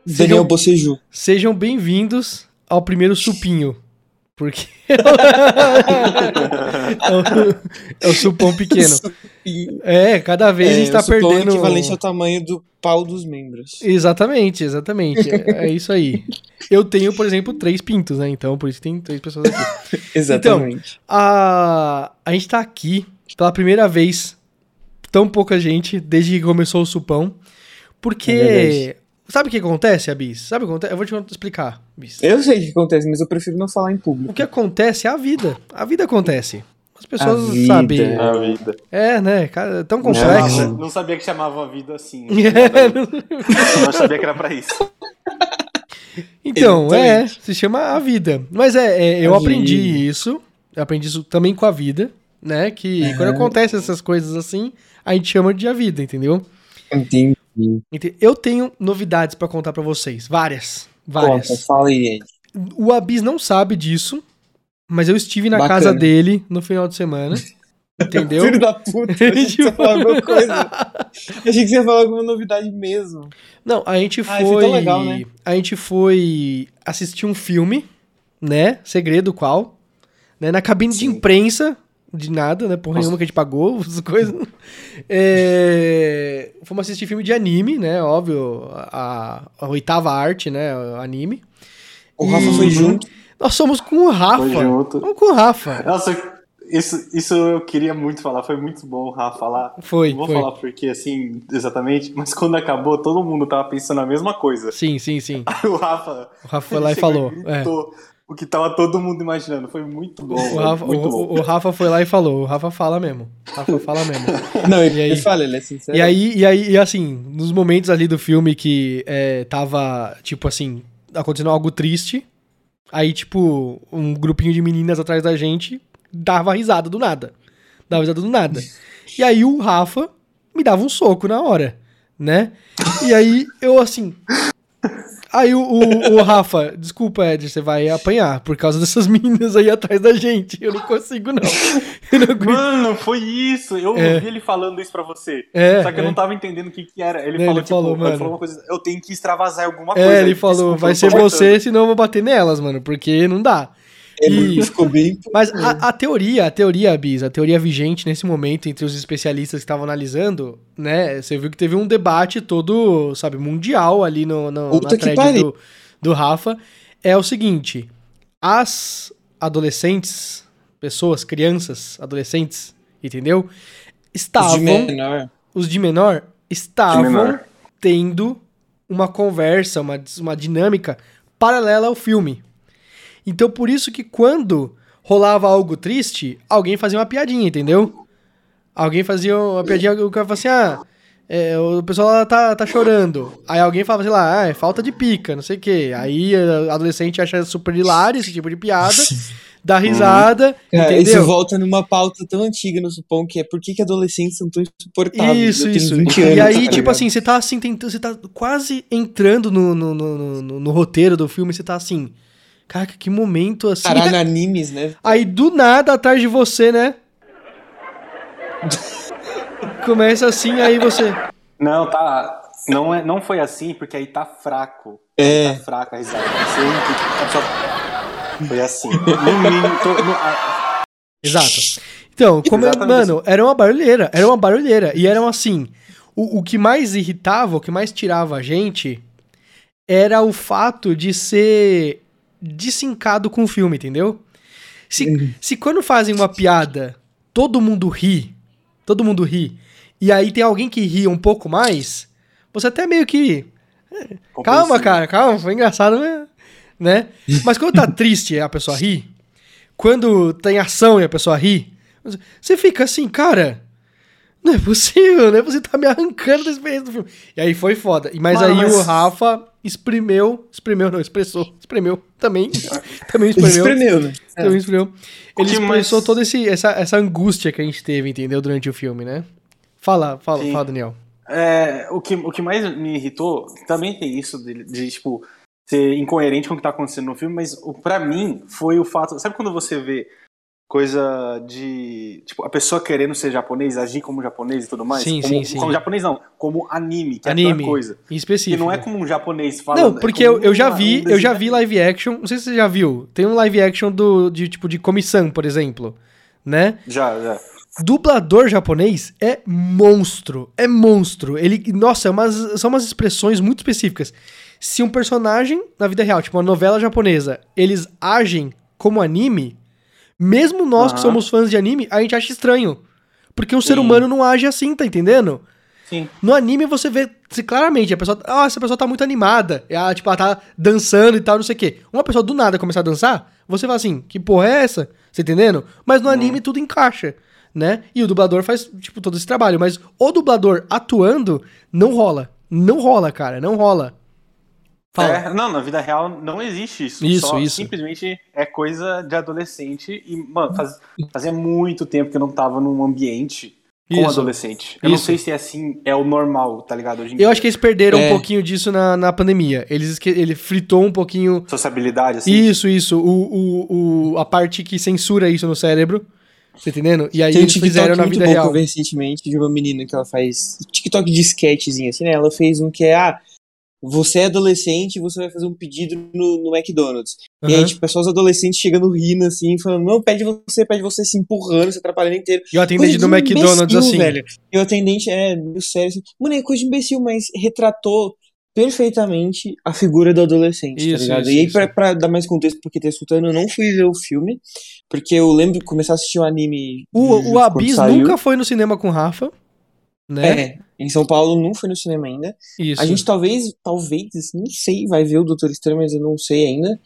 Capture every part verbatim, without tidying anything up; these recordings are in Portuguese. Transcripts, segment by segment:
Daniel bocejou. Sejam bem-vindos ao primeiro supinho. Porque é o, é o supão pequeno. É, cada vez é, a gente tá perdendo... É equivalente ao tamanho do pau dos membros. Exatamente, exatamente. É, é isso aí. Eu tenho, por exemplo, três pintos, né? Então, por isso tem três pessoas aqui. Exatamente. Então, a, a gente tá aqui pela primeira vez, tão pouca gente, desde que começou o supão. Porque... É sabe o que acontece, Abis? Sabe o que acontece? Eu vou te explicar, Abis. Eu sei o que acontece, mas eu prefiro não falar em público. O que acontece é a vida. A vida acontece. As pessoas sabem. A vida. É, né? É tão complexo. Não, não sabia que chamava a vida assim. É, não... não sabia que era pra isso. Então, é, se chama a vida. Mas é, é eu a aprendi vida. isso. Eu aprendi isso também com a vida, né? Que uhum. quando acontecem essas coisas assim, a gente chama de a vida, entendeu? Entendi. Eu tenho novidades pra contar pra vocês. Várias. Várias. Conta, fala aí. O Abis não sabe disso, mas eu estive na Bacana. casa dele no final de semana. Entendeu? Filho da puta, achei que você ia falar alguma coisa. Achei que você ia falar alguma novidade mesmo. Não, a gente ah, foi... tão legal, né? A gente foi assistir um filme, né? Segredo qual? Né? Na cabine Sim. de imprensa... De nada, né? Porra nenhuma que a gente pagou, essas coisas. É... Fomos assistir filme de anime, né? Óbvio, a, a oitava arte, né? O anime. O e... Rafa foi junto. Nós somos com o Rafa. Foi junto. Fomos com o Rafa. Nossa, isso, isso eu queria muito falar. Foi muito bom o Rafa falar. Foi, Não vou foi. falar porque, assim, exatamente. Mas quando acabou, todo mundo tava pensando a mesma coisa. Sim, sim, sim. Aí o Rafa... O Rafa foi lá e falou. E gritou. É. O que tava todo mundo imaginando. Foi muito bom. O Rafa, muito o, bom. o Rafa foi lá e falou. O Rafa fala mesmo. O Rafa fala mesmo. Não, ele, aí, ele fala, ele é sincero. E aí, e aí, e assim, nos momentos ali do filme que é, tava, tipo assim, acontecendo algo triste, aí, tipo, um grupinho de meninas atrás da gente dava risada do nada. Dava risada do nada. E aí o Rafa me dava um soco na hora, né? E aí eu, assim... Aí o, o, o Rafa, desculpa, Ed, você vai apanhar por causa dessas meninas aí atrás da gente. Eu não consigo, não. Eu não Mano, foi isso. Eu é. ouvi ele falando isso pra você. É, Só que é. eu não tava entendendo o que, que era. Ele é, falou, ele tipo, falou, mano, ele falou uma coisa, eu tenho que extravasar alguma é, coisa. É, ele falou, desculpa, vai ser você, senão eu vou bater nelas, mano, porque não dá. Ele e... ficou bem... Mas a, a teoria, a teoria, Bis, a teoria vigente nesse momento entre os especialistas que estavam analisando, né, você viu que teve um debate todo, sabe, mundial ali no, no, na thread do, do Rafa, é o seguinte, as adolescentes, pessoas, crianças, adolescentes, entendeu? Estavam... Os de menor. Os de menor estavam de menor. tendo uma conversa, uma, uma dinâmica paralela ao filme. Então, por isso que quando rolava algo triste, alguém fazia uma piadinha, entendeu? Alguém fazia uma piadinha, o cara falava assim, ah, é, o pessoal lá tá, tá chorando. Aí alguém falava, sei lá, ah, é falta de pica, não sei o quê. Aí a adolescente acha super hilário esse tipo de piada, dá risada, uhum. Cara, entendeu? Isso volta numa pauta tão antiga no Supão, que é por que, que adolescentes são tão insuportáveis. Isso, isso. Anos, e aí, tá tipo assim, você tá assim, tentando, você tá quase entrando no, no, no, no, no roteiro do filme, você tá assim... Caraca, que momento assim. Caralho, animes, né? Aí do nada, atrás de você, né? Começa assim, aí você. Não, tá. Não, é, não foi assim, porque aí tá fraco. É. Aí tá fraca a risada. Foi assim. No mínimo. Tô, no, a... Exato. Então, como eu, mano, era uma barulheira. Era uma barulheira. E eram assim. O, o que mais irritava, o que mais tirava a gente era o fato de ser. Desincado com o filme, entendeu? Se, uhum. se quando fazem uma piada, todo mundo ri, todo mundo ri, e aí tem alguém que ri um pouco mais, você até meio que... Calma, cara, calma, foi engraçado, né? Mas quando tá triste e a pessoa ri, quando tem ação e a pessoa ri, você fica assim, cara... Não é possível, não é possível, tá me arrancando da experiência do filme. E aí foi foda. Mas Mano, aí mas... o Rafa exprimeu, exprimeu, não, expressou, exprimeu também, também exprimeu. Exprimeu, né? Também é. exprimeu. Ele expressou mais... toda esse, essa, essa angústia que a gente teve, entendeu, durante o filme, né? Fala, fala, Sim. fala, Daniel. É, o, que, o que mais me irritou, também tem isso de, de, tipo, ser incoerente com o que tá acontecendo no filme, mas o, pra mim foi o fato, sabe quando você vê coisa de, tipo, a pessoa querendo ser japonês, agir como japonês e tudo mais. Sim, como, sim, sim. Como japonês não, como anime, que anime, é a pior coisa. em específico. Que não é como um japonês falando. Não, porque é eu, eu já uma, vi, um eu já vi live action, não sei se você já viu, tem um live action do, de, tipo, de Komi-san, por exemplo, né? Já, já. Dublador japonês é monstro, é monstro. Ele, nossa, é umas, são umas expressões muito específicas. Se um personagem, na vida real, tipo uma novela japonesa, eles agem como anime, mesmo nós Uhum. que somos fãs de anime, a gente acha estranho. Porque um Sim. ser humano não age assim, tá entendendo? Sim. No anime você vê se claramente, a pessoa, ah, essa pessoa tá muito animada, ela, tipo, ela tá dançando e tal, não sei o quê. Uma pessoa do nada começar a dançar, você fala assim, que porra é essa? Você entendendo? Mas no anime tudo encaixa, né? E o dublador faz, tipo, todo esse trabalho. Mas o dublador atuando, não rola. Não rola, cara, não rola. Fala. É, não, na vida real não existe isso. Isso, Só isso. simplesmente é coisa de adolescente. E, mano, faz, fazia muito tempo que eu não tava num ambiente com Isso, adolescente. Eu não isso. sei se é assim, é o normal, tá ligado? Hoje em Eu dia. acho que eles perderam É. um pouquinho disso na, na pandemia. Eles, esque- ele fritou um pouquinho. Sociabilidade, assim. Isso, isso. O, o, o, a parte que censura isso no cérebro. Tá entendendo? E aí Tem um eles TikTok fizeram na muito vida bom real. que eu vi recentemente de uma menina que ela faz TikTok de sketchzinho, assim, né? Ela fez um que é, ah, você é adolescente e você vai fazer um pedido no, no McDonald's. E aí, Aham. tipo, pessoas adolescentes chegando rindo, assim, falando, não, pede você, pede você, se empurrando, se atrapalhando inteiro. E o atendente do Coisa de McDonald's imbecil, assim. velho. E o atendente é meio sério, assim. Mano, é coisa de imbecil, mas retratou perfeitamente a figura do adolescente, tá Isso, ligado? isso, e aí, isso. pra, pra dar mais contexto porque tá escutando, eu não fui ver o filme, porque eu lembro de começar a assistir o anime. O, Jujutsu o quando Abis saiu. nunca foi no cinema com o Rafa, né? É, em São Paulo não foi no cinema ainda. Isso. A gente talvez, talvez, não sei, vai ver o Doutor Estranho, mas eu não sei ainda.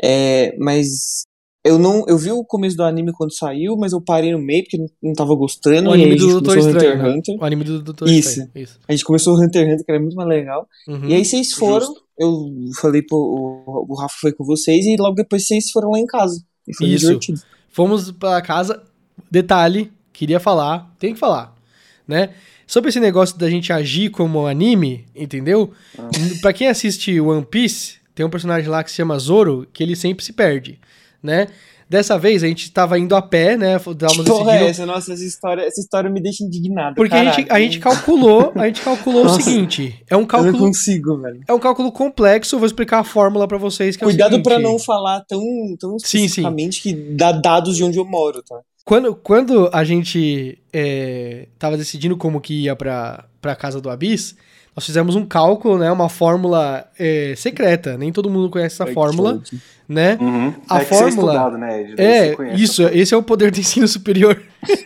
É, mas eu não, eu vi o começo do anime quando saiu, mas eu parei no meio porque não, não tava gostando. O e aí anime a gente do Doutor começou Estranho, Hunter x né? Hunter. O anime do Doutor Isso. Estranho. Isso. A gente começou o Hunter x Hunter, que era muito mais legal. Uhum. E aí vocês foram, Justo. eu falei pro o, o Rafa foi com vocês, e logo depois vocês foram lá em casa. E foi muito Isso. divertido. Fomos pra casa. Detalhe, queria falar, tem que falar, né? Sobre esse negócio da gente agir como anime, entendeu? Ah. Pra quem assiste One Piece, tem um personagem lá que se chama Zoro, que ele sempre se perde, né? Dessa vez a gente tava indo a pé, né? Estávamos Que porra decidindo. é essa? Nossa, essa história, essa história me deixa indignado. Porque a gente, a gente calculou, a gente calculou Nossa. o seguinte, é um Eu não cálculo, consigo, velho. é um cálculo complexo, eu vou explicar a fórmula pra vocês que é o Cuidado seguinte. pra não falar tão, tão Sim, sim. especificamente que dá dados de onde eu moro, tá? Quando, quando a gente é, tava decidindo como que ia pra, pra casa do Abis, nós fizemos um cálculo, né? Uma fórmula é, secreta. Nem todo mundo conhece essa Ai, que fórmula, ódio. né? Uhum. A é que você é fórmula- estudado, né, Ed? Daí É, você conhece. isso, esse é o poder do ensino superior.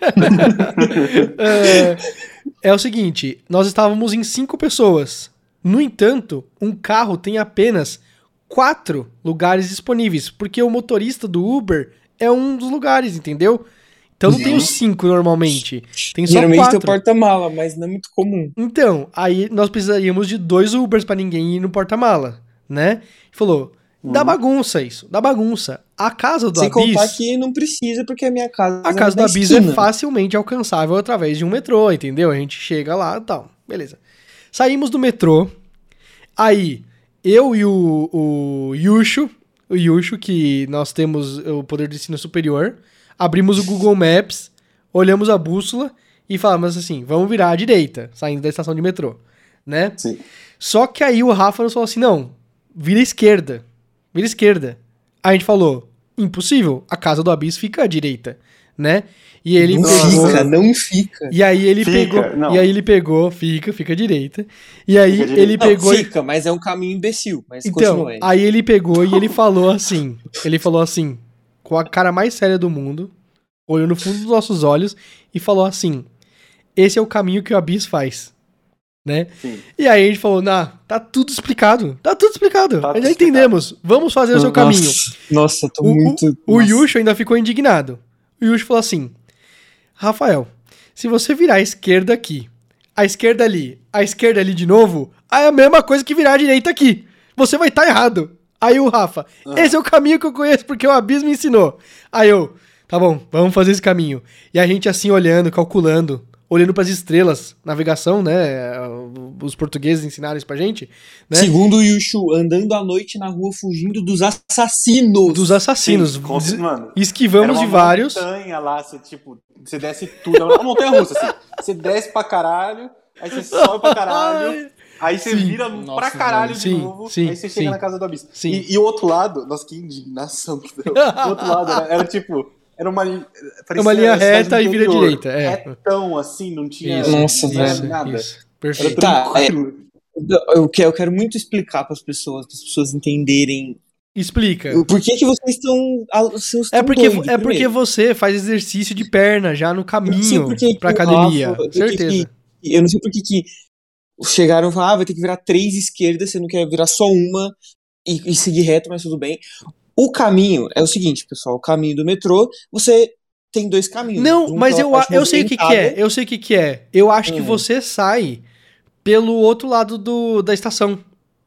é, é o seguinte, nós estávamos em cinco pessoas. No entanto, um carro tem apenas quatro lugares disponíveis, porque o motorista do Uber é um dos lugares, entendeu? Então não tem os cinco normalmente, tem só Geralmente tem quatro. o porta-mala, mas não é muito comum. Então, aí nós precisaríamos de dois Ubers pra ninguém ir no porta-mala, né? Falou, dá bagunça isso, dá bagunça. A casa do Sem Abis... contar que não precisa, porque a minha casa A casa do na Abis é esquina. facilmente alcançável através de um metrô, entendeu? A gente chega lá e tal, beleza. Saímos do metrô, aí eu e o, o Yusho, o Yusho, que nós temos o poder de ensino superior, abrimos o Google Maps, olhamos a bússola e falamos assim, vamos virar à direita, saindo da estação de metrô, né? Sim. Só que aí o Rafa nos falou assim, não, vira à esquerda, vira à esquerda. Aí a gente falou, impossível, a casa do Abis fica à direita, né? E ele Não pegou... fica, não fica. E aí ele Fica, pegou, não. e aí ele pegou, fica, fica à direita. E aí Fica à direita. ele Não, pegou e fica, mas é um caminho imbecil. Mas então, continua aí. aí ele pegou e ele falou assim, ele falou assim, com a cara mais séria do mundo, olhou no fundo dos nossos olhos e falou assim, esse é o caminho que o Abis faz, né? Sim. E aí a gente falou, nah, tá tudo explicado, tá tudo explicado, Tá já tudo entendemos, vamos fazer o seu Nossa, caminho. Nossa, tô O, muito... o, o nossa. Yusho ainda ficou indignado. O Yusho falou assim, Rafael, se você virar à esquerda aqui, a esquerda ali, a esquerda ali de novo, aí é a mesma coisa que virar à direita aqui. Você vai estar errado. Aí o Rafa, esse é o caminho que eu conheço porque o Abis me ensinou. Aí eu, tá bom, vamos fazer esse caminho. E a gente assim olhando, calculando, olhando pras estrelas, navegação, né? Os portugueses ensinaram isso pra gente, né? Segundo o Yushu, andando à noite na rua fugindo dos assassinos. Dos assassinos. Sim, com- mano, Esquivamos era de uma vários. montanha lá, você, tipo, você desce tudo. É uma montanha russa, assim. Você desce pra caralho, aí você sobe pra caralho, aí você Sim. vira Nossa, pra caralho velho. de Sim, novo, sim, aí você chega sim. na casa do abismo. Sim. E, e o outro lado, nossa, que indignação que deu. O outro lado era, era tipo, era uma, parecia Uma linha a cidade reta e vira interior. direita, é. Retão, assim, não tinha, Isso, Nossa, não era velho. nada. Isso. Era Perfeito. Tá, é- tranquilo. Eu quero, eu quero muito explicar para as pessoas, para as pessoas entenderem Explica. o porquê que vocês estão. Vocês É estão porque, doidos, é porque primeiro. você faz exercício de perna já no Eu não sei caminho por que pra que o academia. Rafa- por que Certeza. que- eu não sei por que que chegaram e falaram, ah, vai ter que virar três esquerdas, você não quer virar só uma e, e seguir reto, mas tudo bem. O caminho é o seguinte, pessoal, o caminho do metrô, você tem dois caminhos. Não, Um mas pela eu, parte eu sei o que, que é. movimentada. Eu sei o que, que é. Eu acho que Hum. você sai pelo outro lado do, da estação.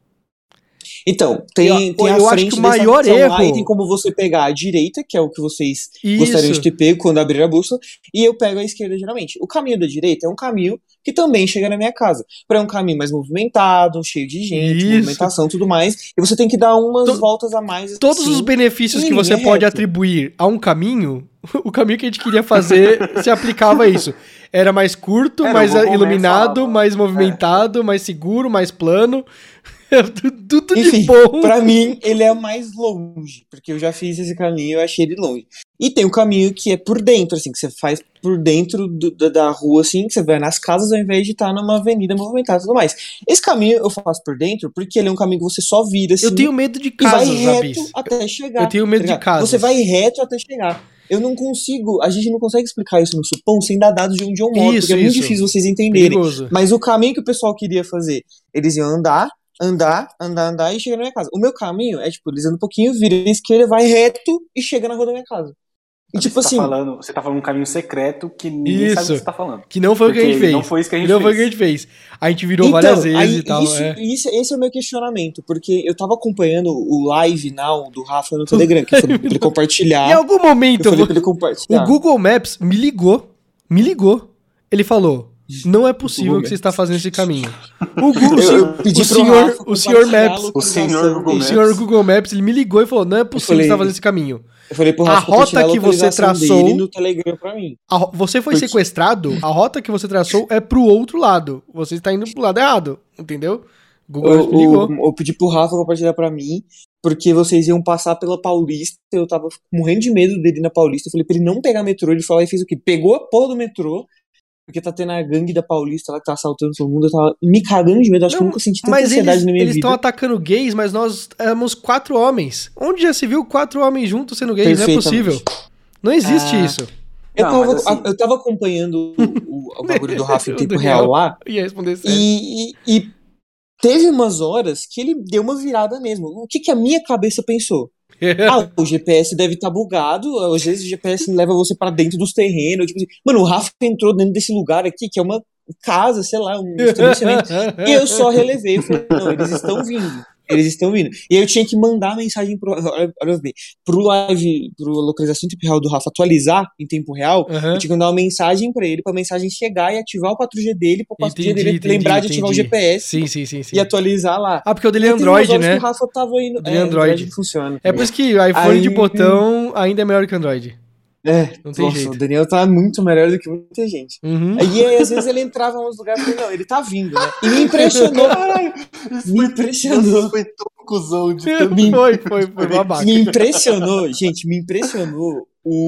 Então, tem, Eu- tem eu a acho frente que o da maior estação lá, erro- e tem como você pegar a direita, que é o que vocês Isso. gostariam de ter pego quando abrir a bússola, e eu pego a esquerda geralmente. O caminho da direita é um caminho que também chega na minha casa. Porém, é um caminho mais movimentado, cheio de gente, Isso. movimentação e tudo mais, e você tem que dar umas To- voltas a mais. Todos assim, os benefícios em que você linha pode reta. atribuir a um caminho, o caminho que a gente queria fazer se aplicava a isso. Era mais curto, Era, mais o Google Maps iluminado, falava. mais movimentado, mais seguro, mais plano. Tudo de Enfim, bom. pra mim, ele é mais longe, porque eu já fiz esse caminho e eu achei ele longe. E tem o caminho que é por dentro, assim, que você faz por dentro do- da, da rua, assim, que você vai nas casas ao invés de estar numa avenida movimentada e tudo mais. Esse caminho eu faço por dentro porque ele é um caminho que você só vira, assim, Eu tenho medo de e vai casas, reto Abis. até chegar. Eu tenho medo tá de ligado? casas. Você vai reto até chegar. Eu não consigo, a gente não consegue explicar isso no Supão sem dar dados de onde eu moro, Isso, porque é muito isso. difícil vocês entenderem. Perigoso. Mas o caminho que o pessoal queria fazer, eles iam andar, andar, andar, andar e chegar na minha casa. O meu caminho é, tipo, eles andam um pouquinho, vira à esquerda, vai reto e chega na rua da minha casa. E, tipo você, assim, tá falando, você tá falando um caminho secreto que ninguém Isso. sabe o que você tá falando. Que não foi o que a gente Porque fez. não foi isso que a gente não foi o fez. que a gente fez. A gente virou então, várias vezes aí, e tal. isso, é. isso, esse é o meu questionamento, porque eu tava acompanhando o live now do Rafa no Telegram, que eu falei pra ele compartilhar. Em algum momento, eu falei eu pra ele vou- compartilhar. o Google Maps me ligou. Me ligou. Ele falou: não é possível Google que você está fazendo esse caminho. O, Gu- o, Eu- sen- eu pedi o pro senhor, Rafa o senhor compartilhar a Maps, O senhor localização Google o dele. senhor Google Maps, ele me ligou e falou: não é possível que você está falei- fazendo esse caminho. Eu falei pro A Rafa rota compartilhar que você localização traçou- dele no Telegram pra mim. A ro- você foi Porque- sequestrado, a rota que você traçou é pro outro lado. Você está indo pro lado errado, entendeu? Google Eu, Maps me ligou. eu, eu pedi pro Rafa compartilhar pra mim, porque vocês iam passar pela Paulista, eu tava morrendo de medo dele na Paulista, eu falei pra ele não pegar metrô, ele falou e fez o quê? Pegou a porra do metrô, porque tá tendo a gangue da Paulista lá que tá assaltando todo mundo, eu tava me cagando de medo, acho que eu Não, nunca senti tanta Mas ansiedade eles na minha eles vida. estão atacando gays, mas nós éramos quatro homens. Onde já se viu quatro homens juntos sendo gays? Não é Perfeitamente. possível. Não existe Ah. isso. Eu, Não, tava, mas assim- eu tava acompanhando o, o, o bagulho do Rafa em O tempo Daniel real lá, ia responder sério. e, e, e teve umas horas que ele deu uma virada mesmo. O que que a minha cabeça pensou? Ah, o G P S deve estar bugado, às vezes o G P S leva você pra dentro dos terrenos, tipo assim, mano, o Rafa entrou dentro desse lugar aqui, que é uma casa, sei lá, um estabelecimento, e eu só relevei, eu falei, não, eles estão vindo, eles estão vindo. E aí eu tinha que mandar a mensagem pro, olha, olha bem, pro live, pro localização em tempo real do Rafa atualizar em tempo real, Aham. eu tinha que mandar uma mensagem pra ele, pra mensagem chegar e ativar o quatro G dele, pro quatro G Entendi, dele entendi, lembrar de ativar entendi. o G P S Sim, sim, sim, sim. e atualizar lá. Ah, porque o dele é E teve umas Android, horas né? que o Rafa tava indo. Dele é é, Android. funciona. É por isso que o iPhone Aí- de botão ainda é melhor que Android. É, Não tem nossa, jeito. o Daniel tá muito melhor do que muita gente. Uhum. E aí, às vezes, ele entrava em uns lugares e falei, não, ele tá vindo, né? E me impressionou. Caralho, isso Me foi, impressionou. isso foi tão cuzão de tanto. Foi, foi, foi babaca. Me impressionou, gente, me impressionou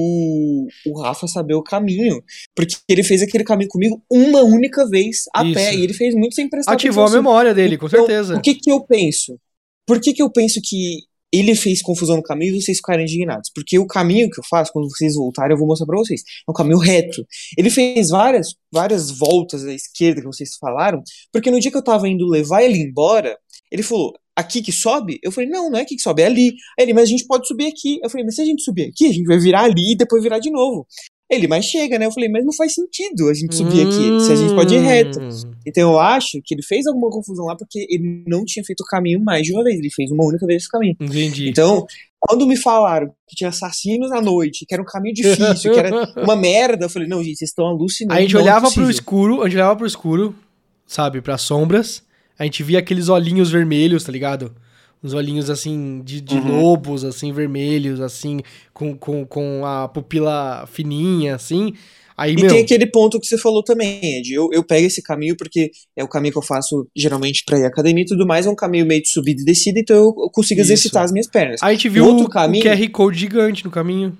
o, o Rafa saber o caminho. Porque ele fez aquele caminho comigo uma única vez a Isso. pé. E ele fez muito sem prestar Ativou a atenção. memória dele, com Então, certeza. O que que eu penso? Por que que eu penso que ele fez confusão no caminho e vocês ficaram indignados? Porque o caminho que eu faço, quando vocês voltarem, eu vou mostrar pra vocês. É um caminho reto. Ele fez várias, várias voltas à esquerda, que vocês falaram, porque no dia que eu tava indo levar ele embora, ele falou, aqui que sobe? Eu falei, não, não é aqui que sobe, é ali. Aí ele, mas a gente pode subir aqui. Eu falei, mas se a gente subir aqui, a gente vai virar ali e depois virar de novo. Ele, mas chega, né? Eu falei, mas não faz sentido a gente subir aqui, se a gente pode ir reto. Hum. Então eu acho que ele fez alguma confusão lá porque ele não tinha feito o caminho mais de uma vez, ele fez uma única vez esse caminho. Entendi. Então, Quando me falaram que tinha assassinos à noite, que era um caminho difícil, que era uma merda, eu falei, não, gente, vocês estão alucinando. A gente olhava é pro escuro, a gente olhava pro escuro, sabe, pras sombras, a gente via aqueles olhinhos vermelhos, tá ligado? Uns olhinhos, assim, de, de uhum. lobos, assim, vermelhos, assim, com, com, com a pupila fininha, assim. Aí, e meu... tem aquele ponto que você falou também, Ed. Eu, eu pego esse caminho porque é o caminho que eu faço geralmente pra ir à academia e tudo mais. É um caminho meio de subida e descida, então eu consigo Isso. exercitar as minhas pernas. Aí a gente viu o, outro caminho... o Q R Code gigante no caminho.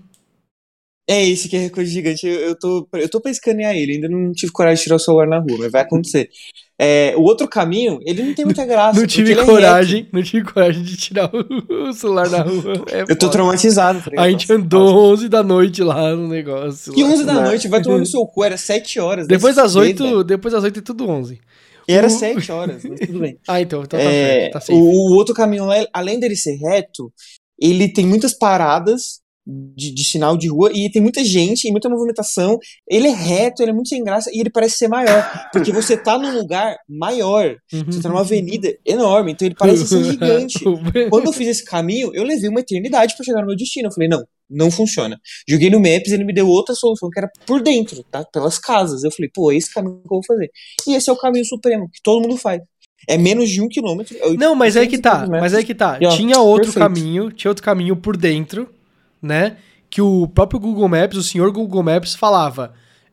É esse Q R Code gigante. Eu, eu, tô, eu tô pra escanear ele. Ainda não tive coragem de tirar o celular na rua, mas vai acontecer. É, o outro caminho, ele não tem muita graça. Não tive coragem, é não tive coragem de tirar o celular na rua. É eu tô foda. traumatizado. Tá a gente andou onze da noite lá no negócio. Que onze da noite? Vai tomar no seu cu, era sete horas. Depois das oito, depois das oito é tudo onze. E era sete horas, mas tudo bem. Ah, então, então tá é, certo, tá safe. O, o outro caminho, além dele ser reto, ele tem muitas paradas De, de sinal de rua, e tem muita gente e muita movimentação. Ele é reto, ele é muito sem graça e ele parece ser maior, porque você tá num lugar maior, uhum. você tá numa avenida enorme, então ele parece ser gigante. Quando eu fiz esse caminho, eu levei uma eternidade pra chegar no meu destino. Eu falei, não, não funciona. Joguei no Maps, ele me deu outra solução, que era por dentro, tá? Pelas casas. Eu falei, pô, é esse caminho que eu vou fazer. E esse é o caminho supremo, que todo mundo faz. É menos de um quilômetro. É não, mas aí que tá, mas aí que tá. E, ó, tinha outro perfeito. caminho, tinha outro caminho por dentro, né, que o próprio Google Maps, o senhor Google Maps falava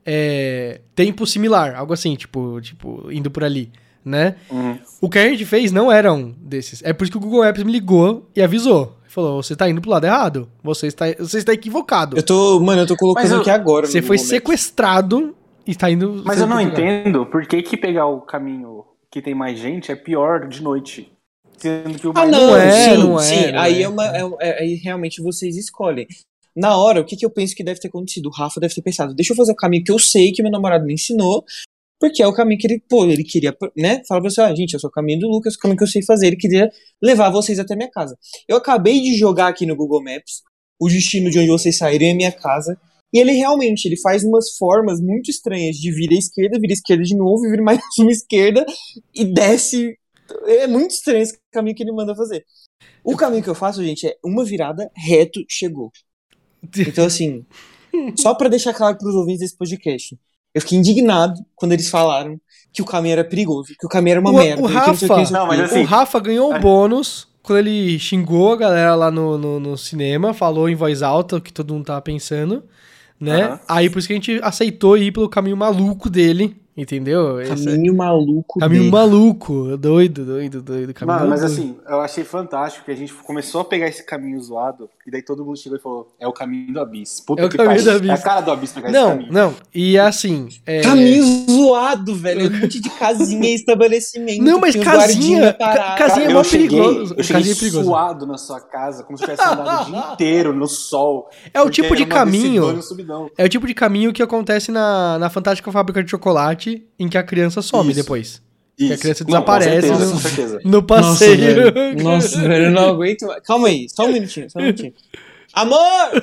é, tempo similar, algo assim, tipo, tipo indo por ali, né? Uhum. O que a gente fez não era um desses. É por isso que o Google Maps me ligou e avisou. Falou, você tá indo pro lado errado. Você está, você está equivocado. Eu tô, mano, eu tô colocando eu, aqui agora. Você foi sequestrado e está indo... Mas eu não entendo por que que pegar o caminho que tem mais gente é pior de noite. Sendo que o mais ah, não, não é, sim, não é. Sim, não aí, é. É uma, é, é, aí realmente vocês escolhem. Na hora, o que, que eu penso que deve ter acontecido? O Rafa deve ter pensado, deixa eu fazer o caminho que eu sei que meu namorado me ensinou, porque é o caminho que ele, pô, ele queria, né? Fala pra você, ah, gente, eu sou o caminho do Lucas, o caminho que eu sei fazer, ele queria levar vocês até minha casa. Eu acabei de jogar aqui no Google Maps o destino de onde vocês saíram é minha casa, e ele realmente, ele faz umas formas muito estranhas de vir à esquerda, vir à esquerda de novo, vir mais uma esquerda, e desce. É muito estranho esse caminho que ele manda fazer. O caminho que eu faço, gente, é uma virada, reto, chegou. Então, assim, só pra deixar claro pros ouvintes desse podcast, eu fiquei indignado quando eles falaram que o caminho era perigoso, que o caminho era uma o, merda. O Rafa, que não, mas assim, o Rafa ganhou o bônus quando ele xingou a galera lá no, no, no cinema, falou em voz alta o que todo mundo tava pensando, né? Uhum. Aí por isso que a gente aceitou ir pelo caminho maluco dele. Entendeu? Caminho Esse... maluco. Caminho dele. maluco. Doido, doido, doido. Caminho Mano, mas doido. assim, eu achei fantástico que a gente começou a pegar esse caminho zoado e daí todo mundo chegou e falou, é o caminho do Abyss. Puta é o que caminho pariu. do Abyss. É a cara do Abyss pegar não, esse caminho. Não, não. E assim... É... Caminho zoado, velho. Um monte de casinha e estabelecimento. Não, mas casinha... Ca casinha é mó perigoso. Eu cheguei perigoso. suado na sua casa, como se tivesse andado o dia inteiro no sol. É o tipo de caminho... É o tipo de caminho que acontece na, na Fantástica Fábrica de Chocolate, em que a criança some Isso. depois. Isso. Que a criança desaparece não, com certeza, no, com certeza. no passeio. Nossa, velho. Nossa, velho, eu não aguento mais. Calma aí, só um minutinho, só um minutinho. Amor!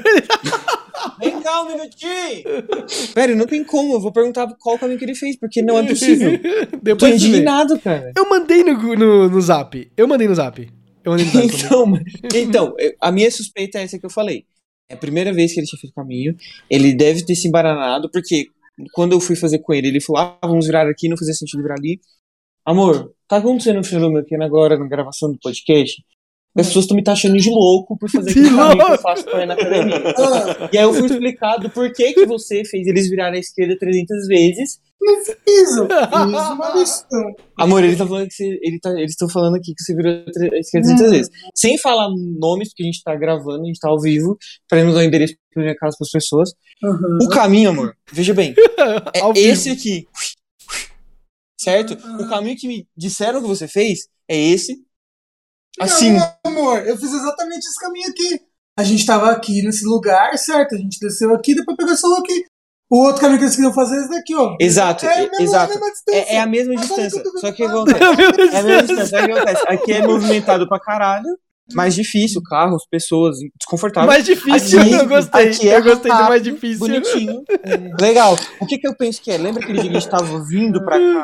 Vem cá um minutinho! Pera, não tem como, eu vou perguntar qual o caminho que ele fez, porque não é possível. Depois tô indignado, cara. Eu mandei no, no, no zap. Eu mandei no zap. Eu mandei no zap então, então, a minha suspeita é essa que eu falei. É a primeira vez que ele tinha feito o caminho. Ele deve ter se embaranado, porque quando eu fui fazer com ele, ele falou, ah, vamos virar aqui, não fazia sentido virar ali. Amor, tá acontecendo um fenômeno aqui agora na gravação do podcast? As pessoas estão me taxando de louco por fazer aquele caminho que eu faço pra ir na academia. E aí eu fui explicado por que que você fez eles virarem à esquerda trezentas vezes. Não fiz, eu fiz uma lição. Amor, ele tá falando que você, ele tá, eles estão falando aqui que você virou à esquerda trezentas vezes. Sem falar nomes, porque a gente tá gravando, a gente tá ao vivo, pra não dar o endereço pra minha casa pras pessoas. Uhum. O caminho, amor, veja bem, é esse aqui. Certo? Uhum. O caminho que me disseram que você fez é esse. Assim. Não, amor, eu fiz exatamente esse caminho aqui. A gente tava aqui nesse lugar, certo? A gente desceu aqui, depois pegou esse lugar aqui. O outro caminho que eles queriam fazer é esse daqui, ó. Exato, é, é, exato. É, é a mesma distância. Só que acontece. É a mesma distância. É a mesma distância. Aqui é movimentado pra caralho. Mais difícil, carros, pessoas, desconfortáveis. Mais difícil, aqui, eu gostei. Aqui é eu gostei rápido, do mais difícil. Bonitinho. É. Legal. O que que eu penso que é? Lembra aquele dia que a gente tava vindo pra cá?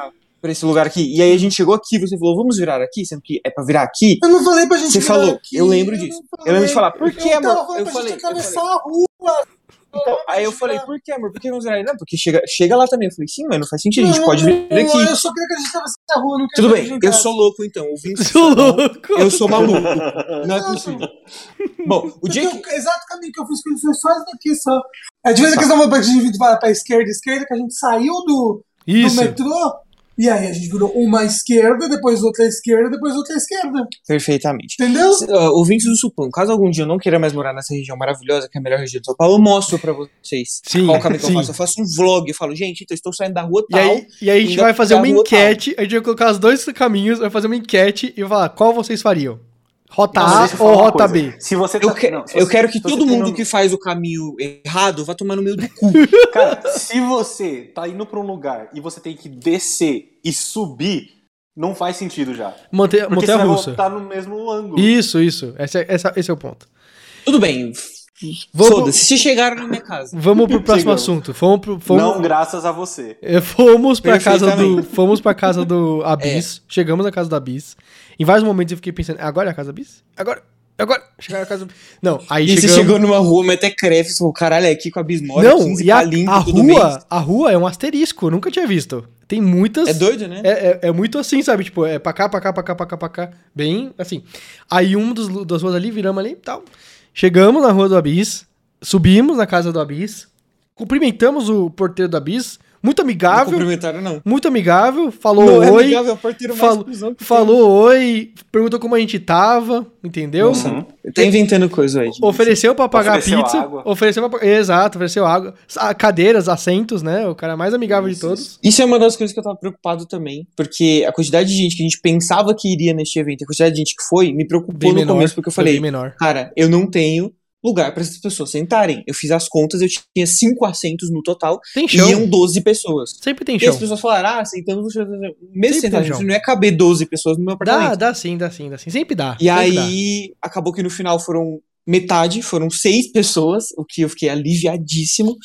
pra esse lugar aqui. E aí a gente chegou aqui, você falou, vamos virar aqui, sendo que é pra virar aqui. Eu não falei pra gente Você virar falou, aqui, eu lembro eu disso. não Eu lembro de falar, falei. por que, Eu amor? tava falando Eu pra falei, gente eu atravessar falei. a rua. Então, aí eu falei, por que, amor? Por que vamos virar? Não, porque chega, chega lá também. Eu falei, sim, mas não faz sentido, a gente Não, pode vir não, aqui. Eu só queria que a gente atravessasse a rua, não queria Tudo que a bem, gente eu entrasse. sou louco então, ouvindo Sou louco. Eu sou maluco. Não é possível. Bom, o Porque dia que. o exato caminho que eu fiz com ele foi só isso daqui, só. É de vez em quando a gente vai pra esquerda, esquerda, que a gente saiu do, do Isso. metrô, e aí a gente virou uma esquerda, depois outra esquerda, depois outra esquerda. Perfeitamente. Entendeu? Uh, ouvintes do Supão, caso algum dia eu não queira mais morar nessa região maravilhosa, que é a melhor região de São Paulo, eu mostro pra vocês Sim, qual caminho que eu sim. faço. Eu faço um vlog, eu falo, gente, então eu estou saindo da rua E tal. aí, e aí a gente indo vai fazer pra uma rua enquete, a gente vai colocar os dois caminhos, vai fazer uma enquete e vai falar qual vocês fariam. Rota Não, mas A deixa eu ou falar uma rota coisa. B? Se você Eu, tá- que- não, se eu você- quero que se você todo tem mundo um- que faz o caminho errado vá tomar no meio do cu. Cara, se você tá indo pra um lugar e você tem que descer e subir, não faz sentido já. Monte- Porque Montanha você vai russa. voltar no mesmo ângulo. Isso, isso. Esse é, essa- esse é o ponto. Tudo bem. Vamos- Foda-se, se chegaram na minha casa. Vamos pro próximo Chegamos. assunto. Fomos pro, fomos, Não graças a você. eh, fomos pra casa do, Perfeitamente. fomos pra casa do Abis. Chegamos na casa do Abis. Em vários momentos eu fiquei pensando, agora é a casa do Abis? Agora? Agora? Chegaram na casa do... Não, aí E você chegamos... chegou numa rua Metecrife, você falou, caralho, é aqui com a Bismora, Não, quinze e a, palinhos, a tudo bem. rua, a rua é um asterisco, eu nunca tinha visto. Tem muitas... É doido, né? É, é, é muito assim, sabe? Tipo, é pra cá, pra cá, pra cá, pra cá, pra cá. Bem assim. Aí um dos, lu- das ruas ali, viramos ali e tal. Chegamos na rua do Abis, subimos na casa do Abis, cumprimentamos o porteiro do Abis, muito Não amigável, cumprimentaram, não. muito amigável, falou Não é oi, amigável, é o porteiro mais falou, cuzão que falou oi, perguntou como a gente tava, entendeu? tem. Nossa, tá inventando coisa, Ed. Ofereceu pra pagar Ofereceu pizza, água. ofereceu pra... Exato, ofereceu água, Ah, cadeiras, assentos, né? O cara mais amigável de todos. Isso é uma das coisas que eu tava preocupado também, porque a quantidade de gente que a gente pensava que iria neste evento, a quantidade de gente que foi, me preocupou Bem no menor, começo, porque eu foi falei, bem menor. cara, eu não tenho lugar para essas pessoas sentarem. Eu fiz as contas, eu tinha cinco assentos no total, Tem e chão, iam doze pessoas. sempre tem E chão. as pessoas falaram, ah, sentamos no chão. Mesmo Sempre sentado, tem chão. não ia caber doze pessoas no meu apartamento. Dá, dá sim, dá sim, dá sim. Sempre dá. E sempre aí, acabou que no final foram metade, foram seis pessoas, o que eu fiquei aliviadíssimo.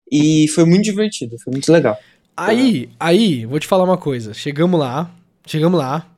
E foi muito divertido, foi muito legal. dá. Aí, aí, vou te falar uma coisa. Chegamos lá, chegamos lá,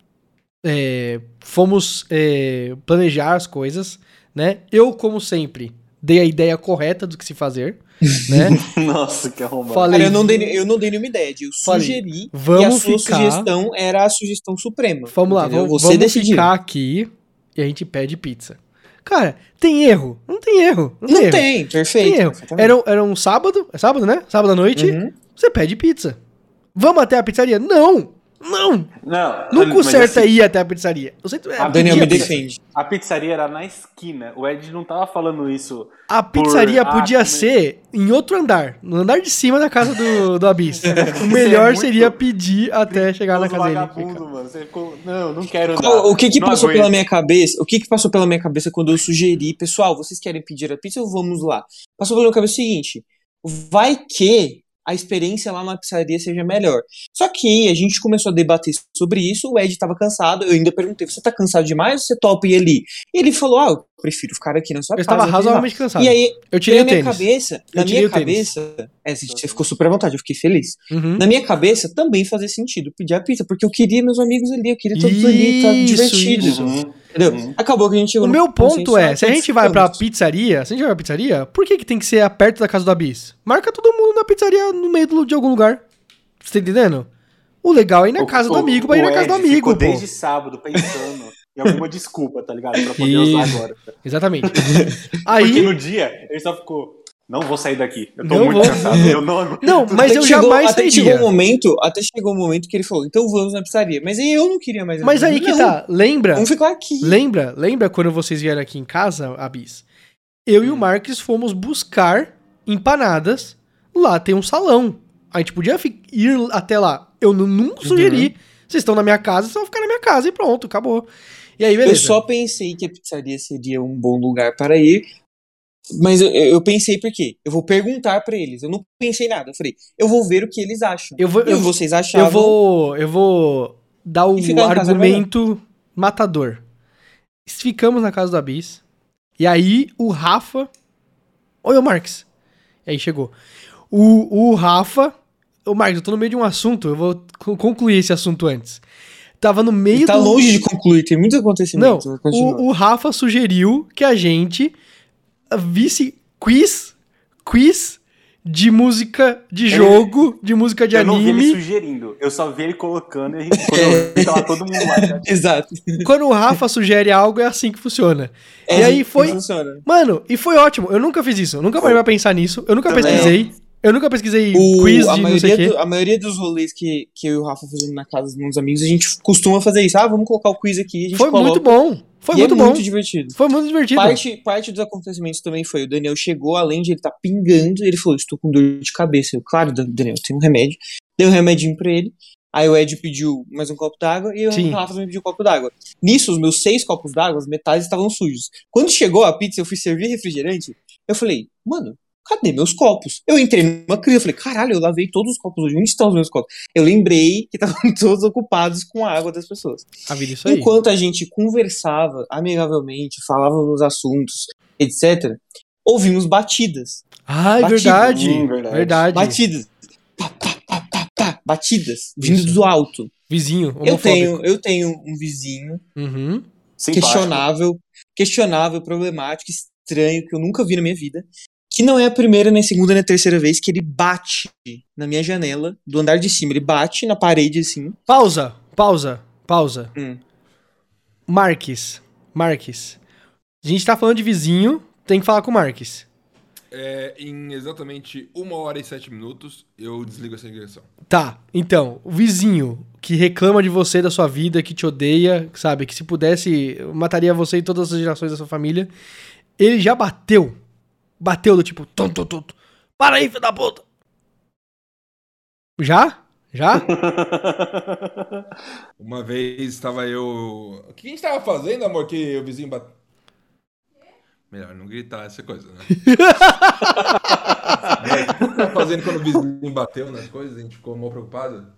é, fomos é, planejar as coisas, né? Eu, como sempre, dei a ideia correta do que se fazer, né? Nossa, que arrombado. Falei, Cara, eu não dei, eu não dei nenhuma ideia, eu Falei, sugeri, vamos e a sua ficar- sugestão era a sugestão suprema. vamos lá, entendeu? vamos, Você vamos decidiu. ficar aqui e a gente pede pizza. Cara, tem erro? Não tem erro. Não, Não tem erro. tem, perfeito. Tem erro. perfeitamente. Era, um- era um sábado, é sábado, né? Sábado à noite, Uhum. você pede pizza. Vamos até a pizzaria? Não! Não! Não, Não mas conserta assim, ir até a pizzaria. Você, é, A Daniel, podia- me defende. A pizzaria era na esquina. O Ed não tava falando isso. A pizzaria Por- podia ah, ser em outro andar, no andar de cima da casa do, do Abis. O melhor é muito seria pedir até chegar na Todo casa dele. vagabundo, mano. Você ficou... Não, não quero dar. Qual- o que que Não passou aguento. pela minha cabeça? O que que passou pela minha cabeça quando eu sugeri, pessoal, vocês querem pedir a pizza ou vamos lá? Passou pela minha cabeça o seguinte: vai que a experiência lá na pizzaria seja melhor. Só que a gente começou a debater sobre isso, o Ed tava cansado, eu ainda perguntei, você tá cansado demais ou você topa ir ali? E ele falou, ah, eu prefiro ficar aqui na sua Eu casa. estava aqui lá. razoavelmente cansado. E aí, eu tirei na o minha tênis. cabeça, na Eu tirei minha o tênis. cabeça, é, você ficou super à vontade, eu fiquei feliz. Uhum. Na minha cabeça também fazia sentido pedir a pizza, porque eu queria meus amigos ali, eu queria todos ali, tá Isso, divertido. isso. Uhum. Entendeu? Uhum. Acabou que a gente chegou O no meu ponto consenso, é, ah, se a então gente vai pra ficamos. pizzaria, se a gente vai pra pizzaria, por que que tem que ser perto da casa do Abis? Marca todo mundo na pizzaria no meio do- de algum lugar. Você tá entendendo? O legal é ir na O- casa do o- amigo pra ir o na casa do Ed amigo, ficou pô. desde sábado pensando em alguma desculpa, tá ligado? Pra poder Isso. usar agora. Exatamente. Porque Aí, no dia, ele só ficou, não vou sair daqui. Eu tô Não muito vou. cansado, eu não aguento. não, mas Até eu que chegou- jamais até que sairia. chegou um momento, até chegou um momento que ele falou, então vamos na pizzaria. Mas aí eu não queria mais. Mas aí que Não, tá, lembra? Vamos ficar aqui. Lembra, lembra quando vocês vieram aqui em casa, Abis? Eu e o Marques fomos buscar empanadas. Lá tem um salão. A gente podia fi- ir até lá. Eu nu- nunca sugeri. Vocês estão na minha casa, vocês vão ficar na minha casa e pronto, acabou. E aí, beleza. Eu só pensei que a pizzaria seria um bom lugar para ir. Mas eu, eu pensei por quê? Eu vou perguntar pra eles. Eu não pensei em nada. Eu falei, eu vou ver o que eles acham. Eu vou- e eu- vocês achavam. Eu vou, eu vou dar o E ficar em casa argumento matador. Ficamos na casa do Abis. E aí o Rafa. Oi, ô Marques. E aí chegou. O, o Rafa, Ô, Marcos, eu tô no meio de um assunto, eu vou concluir esse assunto antes. Tava no meio e tá do... longe de concluir, tem muitos acontecimentos. Não, o, o Rafa sugeriu que a gente visse quiz, quiz de música de jogo, de música de eu anime. Eu não vi ele sugerindo, eu só vi ele colocando e a gente, quando eu vi, tava todo mundo lá. Já. Exato. Quando o Rafa sugere algo, é assim que funciona. É e assim aí foi... funciona. Mano, e foi ótimo. Eu nunca fiz isso, eu nunca parei pra pensar nisso, eu nunca Também. pesquisei. Eu nunca pesquisei O, quiz a de não maioria sei o quê. do, a maioria dos rolês que, que eu e o Rafa fazemos na casa dos meus amigos, a gente costuma fazer isso. Ah, vamos colocar o quiz aqui, a gente Foi coloca. muito bom. Foi e muito é bom. muito divertido. Foi muito divertido. Parte, parte dos acontecimentos também foi, o Daniel chegou, além de ele estar tá pingando, ele falou, estou com dor de cabeça. Eu, claro, Daniel, tem um remédio. Dei um remedinho pra ele. Aí o Ed pediu mais um copo d'água e o Sim. Rafa também pediu um copo d'água. Nisso, os meus seis copos d'água, as metades estavam sujos. Quando chegou a pizza, eu fui servir refrigerante, eu falei, mano, cadê meus copos? Eu entrei numa crise, eu falei, caralho, eu lavei todos os copos hoje, onde estão os meus copos? Eu lembrei que estavam todos ocupados com a água das pessoas. A vida é isso aí. Enquanto a gente conversava amigavelmente, falava nos assuntos, etcétera, ouvimos batidas. Ah, é Batidas. verdade. Hum, verdade. Verdade. Batidas. Pá, pá, pá, pá, pá, batidas, vindo Isso. do alto. Vizinho, Eu homofóbico. tenho, eu tenho um vizinho Uhum. Simpático. questionável, questionável, problemático, estranho, que eu nunca vi na minha vida, que não é a primeira, nem a segunda, nem a terceira vez que ele bate na minha janela, do andar de cima. Ele bate na parede, assim. Pausa, pausa, pausa. Hum. Marques, Marques. A gente tá falando de vizinho, tem que falar com o Marques. É, em exatamente uma hora e sete minutos, eu desligo essa ligação. Tá, então, o vizinho que reclama de você, da sua vida, que te odeia, sabe, que se pudesse, mataria você e todas as gerações da sua família, ele já bateu. Bateu do tipo, tum, tum, tum. Para aí, filho da puta! Já? Já? Uma vez estava eu... O que a gente estava fazendo, amor, que o vizinho bateu? Melhor não gritar essa coisa, né? O que você estava fazendo quando o vizinho bateu nas coisas? A gente ficou mal preocupado? A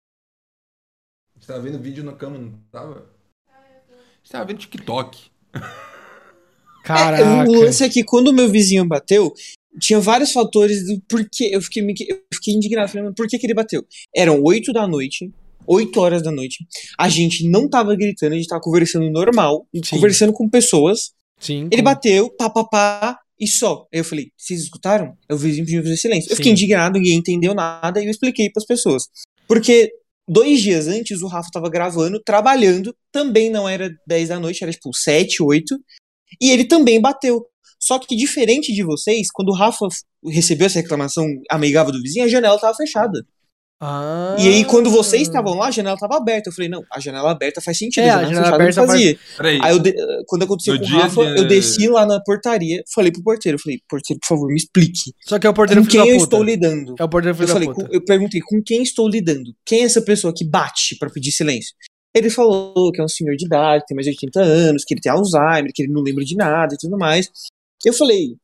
gente estava vendo vídeo na cama, não estava? A gente estava vendo TikTok. Caraca. É, o lance é que quando o meu vizinho bateu, tinha vários fatores do porquê. Eu fiquei, eu fiquei indignado. Falei, mas por que, que ele bateu? Eram oito da noite, oito horas da noite. A gente não tava gritando, a gente tava conversando normal, Sim. conversando com pessoas. Sim. Ele bateu, pá, pá, pá, e só. Aí eu falei, vocês escutaram? Eu vizinho pediu fazer silêncio. Eu Sim. fiquei indignado, ninguém entendeu nada, e eu expliquei pras pessoas. Porque dois dias antes, o Rafa tava gravando, trabalhando, também não era dez da noite, era tipo sete, oito, e ele também bateu. Só que diferente de vocês, quando o Rafa recebeu essa reclamação amigável do vizinho, a janela tava fechada. Ah. E aí, quando vocês estavam lá, a janela tava aberta. Eu falei, não, a janela aberta faz sentido, É, a a janela, janela fechada aberta não fazia. Peraí. Aí, eu de... quando aconteceu No com o dia Rafa, de- eu desci lá na portaria, falei pro porteiro, eu falei, porteiro, por favor, me explique. Só que é o porteiro Com filho quem da eu puta. estou lidando? É o porteiro filho Eu da falei, puta. com- eu perguntei, com quem estou lidando? Quem é essa pessoa que bate pra pedir silêncio? Ele falou que é um senhor de idade, tem mais de oitenta anos, que ele tem Alzheimer, que ele não lembra de nada e tudo mais. Eu falei,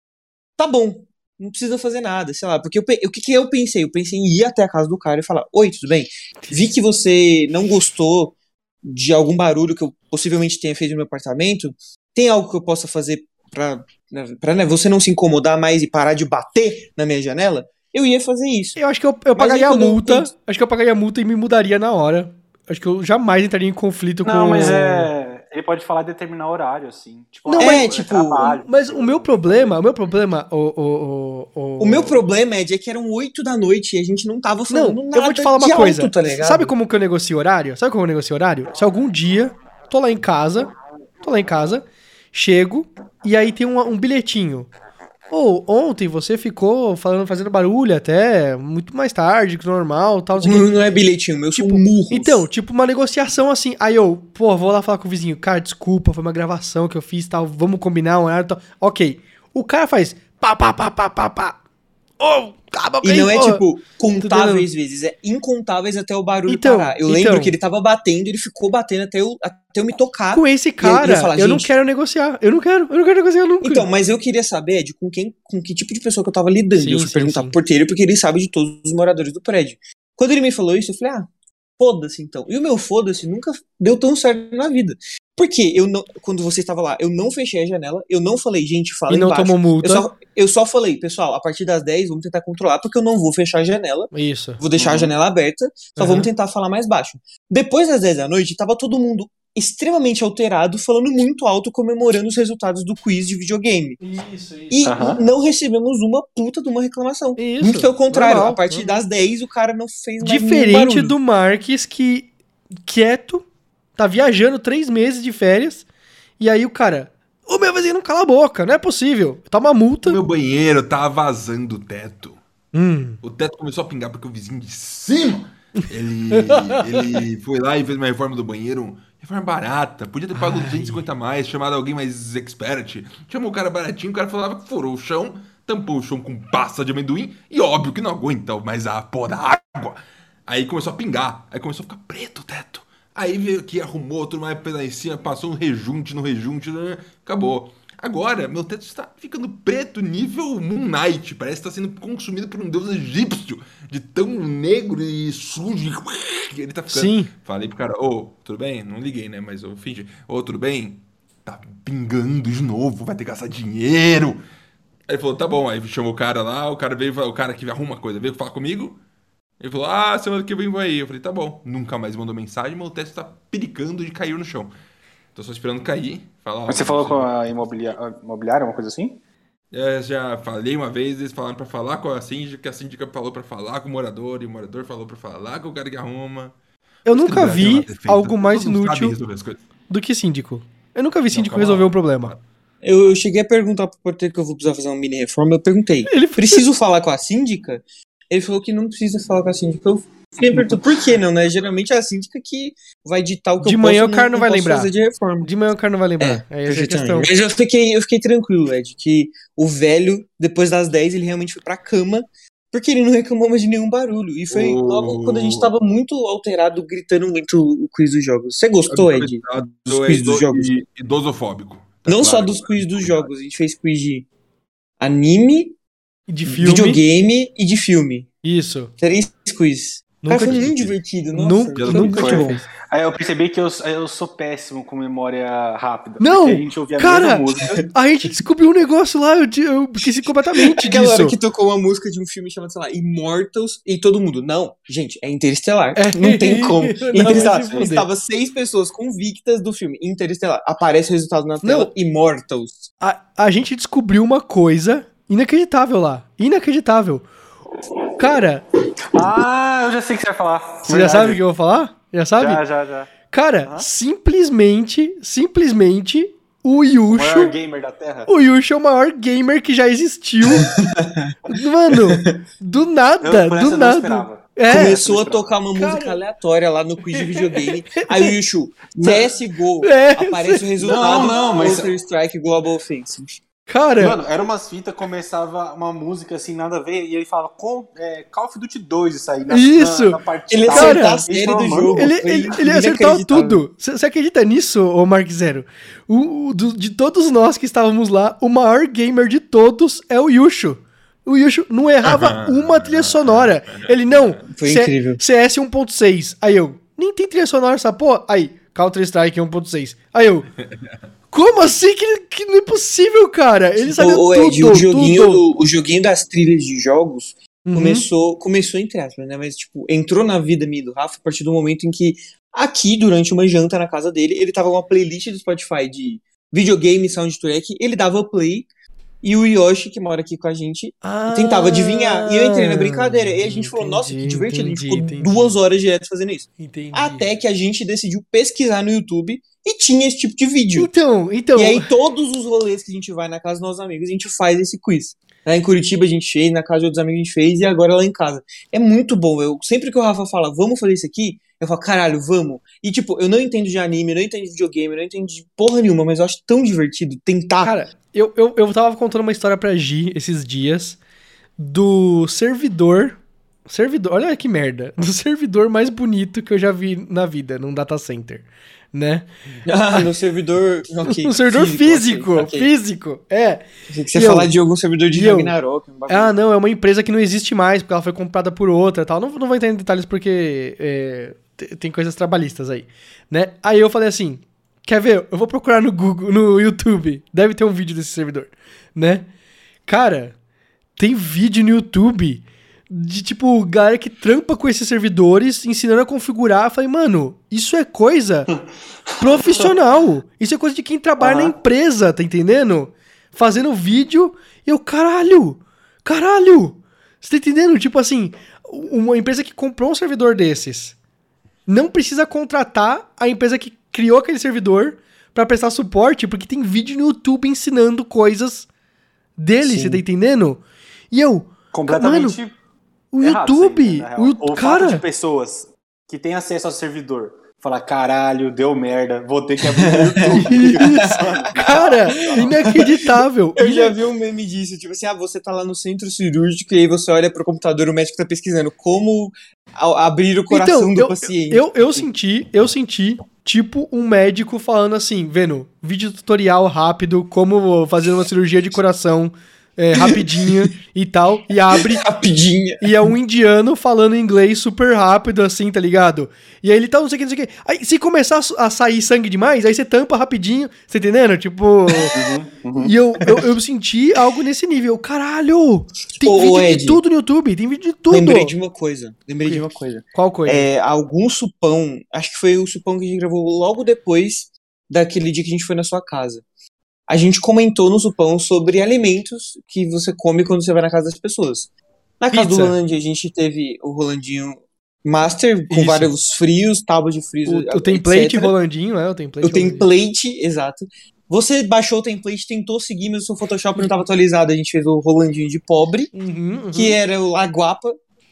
tá bom, não precisa fazer nada, sei lá, porque eu, pe- o que, que eu pensei? Eu pensei em ir até a casa do cara e falar, oi, tudo bem? Vi que você não gostou de algum barulho que eu possivelmente tenha feito no meu apartamento, tem algo que eu possa fazer pra, né, pra né, você não se incomodar mais e parar de bater na minha janela? Eu ia fazer isso. Eu acho que eu, eu Mas pagaria aí a quando eu multa. penso- Acho que eu pagaria a multa e me mudaria na hora. Acho que eu jamais entraria em conflito com... Não, mas é. Ele pode falar determinar horário, assim. Tipo, Não, ah, mas- é, é, tipo, trabalho. Mas o meu problema, o meu problema, o... O, o, o... O meu problema, Ed, é que eram oito da noite e a gente não tava Não, falando nada eu vou te falar uma de coisa. alto, tá ligado? Sabe como que eu negocio horário? Sabe como eu negocio horário? Se algum dia, tô lá em casa, tô lá em casa, chego, e aí tem um, um bilhetinho. Ou ontem você ficou falando, fazendo barulho até muito mais tarde que o normal, tal, não sei o quê. Não, não é bilhetinho, meu, Tipo, são murros. Então, tipo uma negociação assim. Aí eu, pô, vou lá falar com o vizinho. Cara, desculpa, foi uma gravação que eu fiz, tal. Vamos combinar um horário, tal. Ok. O cara faz pá, pá, pá, pá, pá, pá. Ô, acaba E bem, não é pô. tipo contáveis vezes, é incontáveis até o barulho Então, parar. Eu então. lembro que ele tava batendo, ele ficou batendo até eu, até eu me tocar. Com esse cara, E eu ia falar, eu não gente- quero negociar. Eu não quero, eu não quero negociar nunca. Então, mas eu queria saber de com quem, com que tipo de pessoa que eu tava lidando. Sim, eu fui sim, perguntar sim. pro porteiro porque ele sabe de todos os moradores do prédio. Quando ele me falou isso, eu falei, ah, foda-se então. E o meu foda-se nunca deu tão certo na vida. Porque eu não, quando você estava lá, eu não fechei a janela, eu não falei, gente, fala E não embaixo. tomou multa. Eu só, eu só falei, pessoal, a partir das dez vamos tentar controlar, porque eu não vou fechar a janela. Isso. Vou deixar Uhum. a janela aberta, só Uhum. vamos tentar falar mais baixo. Depois das dez da noite, tava todo mundo extremamente alterado, falando muito alto, comemorando os resultados do quiz de videogame. Isso, isso. E Aham. não recebemos uma puta de uma reclamação. Isso, Muito pelo contrário, normal, a partir normal. das dez o cara não fez mais nenhum Diferente barulho. do Marques, que quieto, tá viajando três meses de férias, e aí o cara, o meu vizinho não cala a boca, não é possível. Toma O multa. meu banheiro tava vazando o teto. Hum. O teto começou a pingar porque o vizinho de cima, ele, ele foi lá e fez uma reforma do banheiro, reforma barata, podia ter pago Ai. duzentos e cinquenta a mais, chamado alguém mais expert, chamou o cara baratinho, o cara falava que furou o chão, tampou o chão com pasta de amendoim, e óbvio que não aguenta mais a porra da água. Aí começou a pingar, aí começou a ficar preto o teto. Aí veio aqui, arrumou, tudo mais lá em cima, passou um rejunte no rejunte, né? Acabou. Agora, meu teto está ficando preto nível Moon Knight. Parece que está sendo consumido por um deus egípcio. De tão negro e sujo que ele tá ficando. Sim. Falei pro cara, ô, tudo bem? Não liguei, né? Mas eu fingi. Ô, tudo bem? Tá pingando de novo, vai ter que gastar dinheiro. Aí ele falou, tá bom. Aí chamou o cara lá, o cara veio, o cara que arruma coisa, veio falar comigo. Ele falou, ah, semana que vem vai aí. Eu falei, tá bom. Nunca mais mandou mensagem, meu teto tá pericando de cair no chão. Tô só esperando cair. Falar, Mas você falou com a imobiliária, a imobiliária, uma coisa assim? É, já falei uma vez, eles falaram pra falar com a síndica, a síndica falou pra falar com o morador, e o morador falou pra falar com o cara que arruma. Eu Mas nunca que no Brasil vi ela é defeita, algo mais todos sabem inútil resolver as coisas. do que síndico. Eu nunca vi síndico calma resolver lá. um problema. Eu, eu cheguei a perguntar pro porteiro que eu vou precisar fazer uma mini reforma, eu perguntei, Ele preciso falar com a síndica? Ele falou que não precisa falar com a síndica. Eu fiquei perguntando, por que não, né? Geralmente é a síndica que vai ditar o que De eu manhã posso o cara não vai posso lembrar. fazer de reforma. De manhã o cara não vai lembrar. É, essa é a perfeitamente. questão. Mas eu fiquei, eu fiquei tranquilo, Ed, que o velho, depois das dez, ele realmente foi pra cama, porque ele não reclamou mais de nenhum barulho. E foi O- logo quando a gente tava muito alterado, gritando muito o quiz dos jogos. Você gostou, Ed? Dos É quiz dos jogos? ido- idosofóbico. Tá Não só claro. dos quiz dos jogos, a gente fez quiz de anime, De filme. videogame e de filme. Isso. Três quiz. Nunca Cara, foi tive. muito divertido. Nossa, Nunca, foi nunca muito tinha bom. feito. Aí eu percebi que eu, eu sou péssimo com memória rápida. Não, porque a gente ouvia a cara, mesma música. A gente descobriu um negócio lá, eu, te- eu esqueci completamente Aquela disso. hora que tocou uma música de um filme chamado, sei lá, Immortals, e todo mundo, não, gente, é Interestelar. É. Não tem como. Não, Interestelar. vai se fuder. Estava seis pessoas convictas do filme Interestelar. Aparece o resultado na tela, Não. Immortals. A, a gente descobriu uma coisa inacreditável lá. Inacreditável. Cara, Ah, eu já sei o que você vai falar. você já sabe o que eu vou falar? Já sabe? Já, já, já. Cara, Aham. simplesmente, simplesmente, o O Yusho... maior gamer da Terra. O Yusho é o maior gamer que já existiu. Mano, do nada, Eu, por essa, do eu não nada. esperava. É, Começou a Esperava. tocar uma Cara. música aleatória lá no quiz de videogame. Aí o Yushu, C S G O, É. aparece o resultado Não, não, mas- Counter-Strike Global Offensive. cara, Mano, era umas fitas, começava uma música assim, nada a ver, e ele fala com, é, Call of Duty dois isso aí. Na, Isso. Na, na partida. Ele Cara, acertar a ele série falou, do mano, jogo. ele, Foi ele, ele acertou inacreditável. tudo. Você acredita nisso, ô Mark Zero? O, o- do- de todos nós que estávamos lá, o maior gamer de todos é o Yusho. O Yusho não errava uma trilha sonora. Ele, não, Foi C- incrível. C S um ponto seis. Aí eu, nem tem trilha sonora essa porra? Aí, Counter-Strike um ponto seis. Aí eu, como assim que, que não é possível, cara? Ele sabia O, o tudo, Ed, o joguinho, tudo. do- o joguinho das trilhas de jogos Uhum. começou, começou entre aspas, né? Mas, tipo, entrou na vida minha e do Rafa a partir do momento em que, aqui, durante uma janta na casa dele, ele tava com uma playlist do Spotify de videogame, soundtrack, ele dava play, e o Yoshi, que mora aqui com a gente, Ah, tentava adivinhar. E eu entrei na brincadeira. E a gente falou, nossa, que entendi, divertido. A gente ficou entendi, duas horas direto fazendo isso. Entendi. Até que a gente decidiu pesquisar no YouTube e tinha esse tipo de vídeo. Então, então... E aí, todos os rolês que a gente vai na casa dos nossos amigos, a gente faz esse quiz. Lá em Curitiba a gente fez, na casa de outros amigos a gente fez, e agora lá em casa. É muito bom. Eu, sempre que o Rafa fala, vamos fazer isso aqui, eu falo, caralho, vamos. E tipo, eu não entendo de anime, eu não entendo de videogame, eu não entendo de porra nenhuma, mas eu acho tão divertido tentar. Cara, eu, eu, eu tava contando uma história pra Gi esses dias do servidor. Servidor, olha que merda. Do servidor mais bonito que eu já vi na vida, num data center, né? Ah, no servidor. Okay, Um servidor físico, ok, ok. físico. É. Achei que você E ia eu- falar de algum servidor de e eu- Ragnarok. um bagulho. Ah, não, é uma empresa que não existe mais, porque ela foi comprada por outra e tal. Não, não vou entrar em detalhes porque é, tem coisas trabalhistas aí, né? Aí eu falei assim, quer ver? Eu vou procurar no Google, no YouTube, deve ter um vídeo desse servidor, né? Cara, tem vídeo no YouTube de, tipo, galera que trampa com esses servidores, ensinando a configurar. Eu falei, mano, isso é coisa profissional. Isso é coisa de quem trabalha uhum. na empresa, tá entendendo? Fazendo vídeo, e eu, caralho, caralho. Você tá entendendo? Tipo assim, uma empresa que comprou um servidor desses não precisa contratar a empresa que criou aquele servidor pra prestar suporte, porque tem vídeo no YouTube ensinando coisas dele, Sim. você tá entendendo? E eu, completamente mano, o YouTube, né, o, o cara... fato de pessoas que têm acesso ao servidor falar, caralho, deu merda, vou ter que abrir o YouTube. Cara, inacreditável. Eu já vi um meme disso, tipo assim, ah, você tá lá no centro cirúrgico e aí você olha pro computador, o médico tá pesquisando como a- abrir o coração então, do eu, paciente. Eu, eu senti, eu senti, tipo, um médico falando assim, vendo, vídeo tutorial rápido, como fazer uma cirurgia de coração é, rapidinha e tal, e abre... Rapidinha. E é um indiano falando inglês super rápido, assim, tá ligado? E aí ele tá, não sei o que, não sei o que. Aí, se começar a sair sangue demais, aí você tampa rapidinho, você entendendo? Tipo... Uhum, uhum. E eu, eu, eu senti algo nesse nível. Caralho! Tem Ô, vídeo Ed, de tudo no YouTube, tem vídeo de tudo. Lembrei de uma coisa, lembrei de uma coisa. Qual coisa? É, algum supão, acho que foi o supão que a gente gravou logo depois daquele dia que a gente foi na sua casa. A gente comentou no supão sobre alimentos que você come quando você vai na casa das pessoas. Na casa Pizza. do Rolandinho, a gente teve o Rolandinho Master, com Isso. vários frios, tábuas de frios, O, o etcétera. template Rolandinho, é, o template O template, exato. Você baixou o template, tentou seguir, mas o seu Photoshop não estava atualizado. A gente fez o Rolandinho de pobre, Uhum, uhum. que era o Laguapa.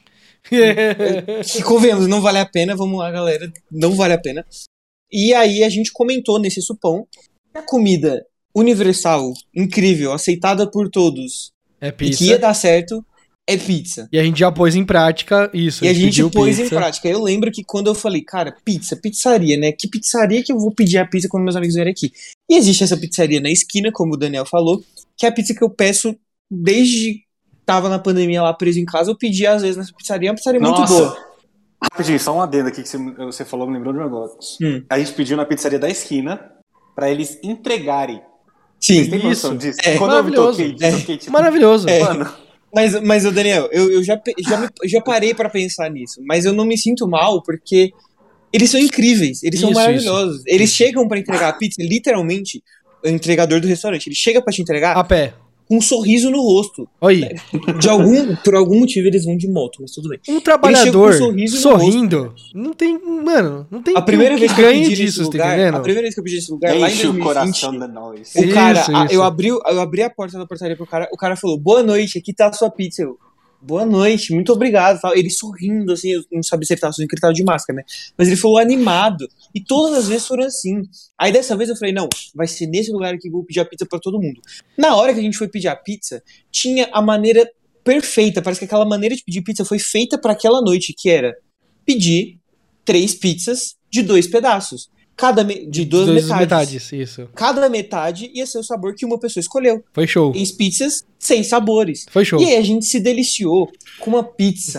Que, convenhamos, não vale a pena. Vamos lá, galera. Não vale a pena. E aí a gente comentou nesse supão que a comida universal, incrível, aceitada por todos, É e pizza. que ia dar certo, é pizza. E a gente já pôs em prática isso. E a gente pôs pizza. em prática. Eu lembro que quando eu falei, cara, pizza, pizzaria, né? Que pizzaria que eu vou pedir a pizza quando meus amigos vierem aqui? E existe essa pizzaria na esquina, como o Daniel falou, que é a pizza que eu peço desde que tava na pandemia lá preso em casa. Eu pedi às vezes nessa pizzaria, é uma pizzaria muito Nossa. boa. Rapidinho, só um adendo aqui que você, você falou, me lembrou de um negócio. Hum. A gente pediu na pizzaria da esquina pra eles entregarem. Sim, Vocês têm isso. noção disso? É. Quando Maravilhoso. eu toquei, É. toquei tipo, Maravilhoso. É. mano, Mas, mas o Daniel, eu, eu já, pe- já, me- já parei pra pensar nisso, mas eu não me sinto mal porque eles são incríveis, eles são Isso, maravilhosos. Eles chegam pra entregar a pizza, literalmente, o entregador do restaurante, ele chega pra te entregar A pé. com um sorriso no rosto. Olha aí. De algum, por algum motivo eles vão de moto, mas tudo bem. Um trabalhador Ele chega com um sorriso no sorrindo, não tem, mano, não tem A primeira que vez que eu ganhe pedi nesse disso, tá lugar, entendendo? a primeira vez que eu pedi nesse lugar, lá em enche o dois mil e vinte, coração da nós. o cara, Isso, a- isso. eu abri, o- eu abri a porta da portaria pro cara, o cara falou, boa noite, aqui tá a sua pizza. Eu, boa noite, muito obrigado. tal. Ele sorrindo, assim, eu não sabia se ele tava sorrindo, porque ele tava de máscara, né? Mas ele falou animado. E todas as vezes foram assim. Aí dessa vez eu falei, não, vai ser nesse lugar aqui que eu vou pedir a pizza pra todo mundo. Na hora que a gente foi pedir a pizza, tinha a maneira perfeita. Parece que aquela maneira de pedir pizza foi feita pra aquela noite, que era pedir três pizzas de dois pedaços. Cada me- de duas Duas metades. metades, isso. Cada metade ia ser o sabor que uma pessoa escolheu. Foi show. Três pizzas, seis sabores. Foi show. E aí a gente se deliciou com uma pizza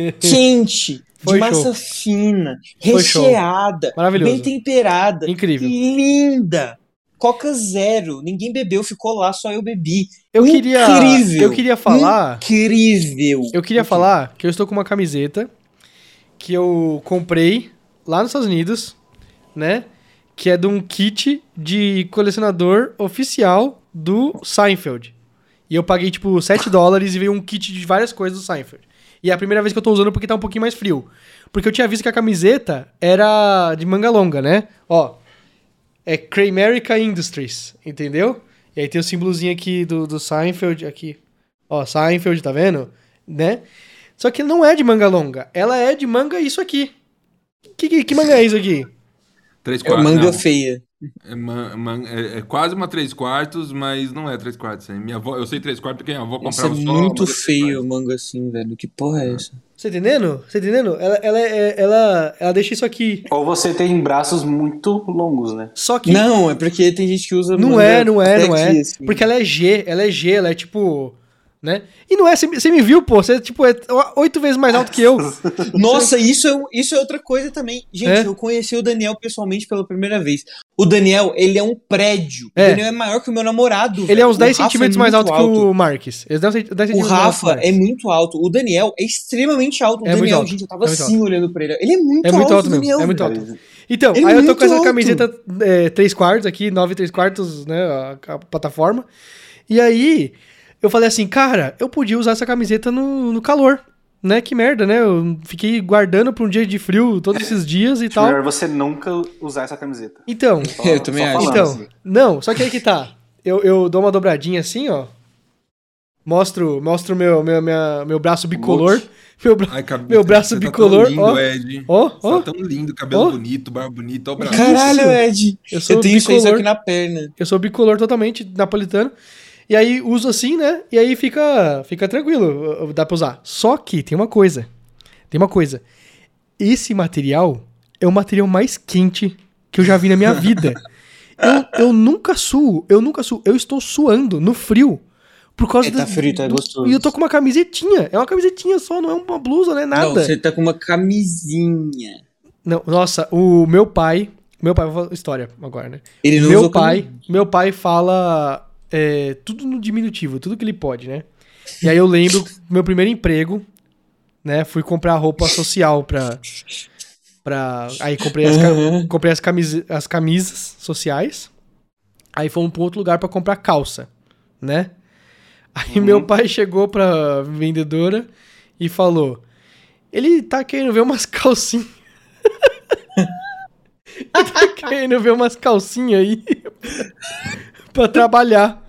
quente, Foi de massa show. fina, Foi show. recheada, Maravilhoso. bem temperada, Incrível. linda. Coca zero, ninguém bebeu, ficou lá, só eu bebi. Eu queria, Incrível. eu queria falar, Incrível. eu queria falar que eu estou com uma camiseta que eu comprei lá nos Estados Unidos, né? Que é de um kit de colecionador oficial do Seinfeld. E eu paguei, tipo, sete dólares e veio um kit de várias coisas do Seinfeld. E é a primeira vez que eu tô usando porque tá um pouquinho mais frio. Porque eu tinha visto que a camiseta era de manga longa, né? Ó, é Kramerica Industries, entendeu? E aí tem o símbolozinho aqui do, do Seinfeld, aqui. Ó, Seinfeld, tá vendo? Né? Só que não é de manga longa. Ela é de manga isso aqui. Que, que, que manga é isso aqui? Três É quartos. manga não. feia. É, man- man- é- é quase uma três quartos, mas não é três quartos. hein? Minha avó, eu sei três quartos porque minha avó Nossa, é comprava só. muito manga três feio quartos. manga assim, velho. Que porra é essa? Você entendendo? Você entendendo? Ela, ela, é- ela, ela deixa isso aqui. Ou você tem braços muito longos, né? Só que Não, é porque tem gente que usa não manga é, não é, até não é. aqui, assim. Porque ela é G, ela é G, ela é tipo né? E não é, você me viu, pô, você tipo, é oito vezes mais alto que eu. Nossa, isso é, isso é outra coisa também. Gente, é? eu conheci o Daniel pessoalmente pela primeira vez. O Daniel, ele é um prédio. É. O Daniel é maior que o meu namorado. Ele velho. é uns dez centímetros é mais alto, alto que o Marques. O Rafa é muito alto. O Daniel é extremamente alto. O é Daniel, alto. gente, eu tava é assim alto. olhando pra ele. Ele é muito, é muito alto, alto mesmo. Daniel, é muito velho. alto. Então, ele aí é eu tô com essa alto. camiseta é, três quartos aqui, nove e três quartos, né, a, a plataforma. E aí, eu falei assim, cara, eu podia usar essa camiseta no, no calor, né? Que merda, né? Eu fiquei guardando pra um dia de frio todos esses dias e Acho tal. melhor você nunca usar essa camiseta. Então, só, eu também acho. Então, assim. não, só que aí que tá. Eu, eu dou uma dobradinha assim, ó. Mostro, mostro meu, meu, minha, meu braço bicolor. Meu, bra... Ai, cabeça, meu braço bicolor. Tá tão lindo, ó, Ed. ó, ó. Tá tão lindo, cabelo ó. bonito, barba bonita, ó, braço. Caralho, Ed. Eu, sou eu tenho bicolor. isso aqui na perna. Eu sou bicolor totalmente napolitano. E aí uso assim, né? E aí fica, fica tranquilo, dá pra usar. Só que tem uma coisa. Tem uma coisa. Esse material é o material mais quente que eu já vi na minha vida. eu, eu nunca suo, eu nunca suo. Eu estou suando no frio. Por causa é, tá do, frio, tá do, gostoso. E eu tô com uma camisetinha. É uma camisetinha só, não é uma blusa, não é nada. Não, você tá com uma camisinha. Não, nossa, o meu pai... Meu pai, vou falar história agora, né? Ele não meu usou pai, camisinha. Meu pai fala é, tudo no diminutivo, tudo que ele pode, né? E aí eu lembro, meu primeiro emprego, né? Fui comprar roupa social pra... pra aí comprei as, uhum. comprei as, camis, as camisas sociais. Aí fomos pra outro lugar pra comprar calça, né? Aí uhum. meu pai chegou pra vendedora e falou: ele tá querendo ver umas calcinhas. Ele tá querendo ver umas calcinhas aí pra trabalhar.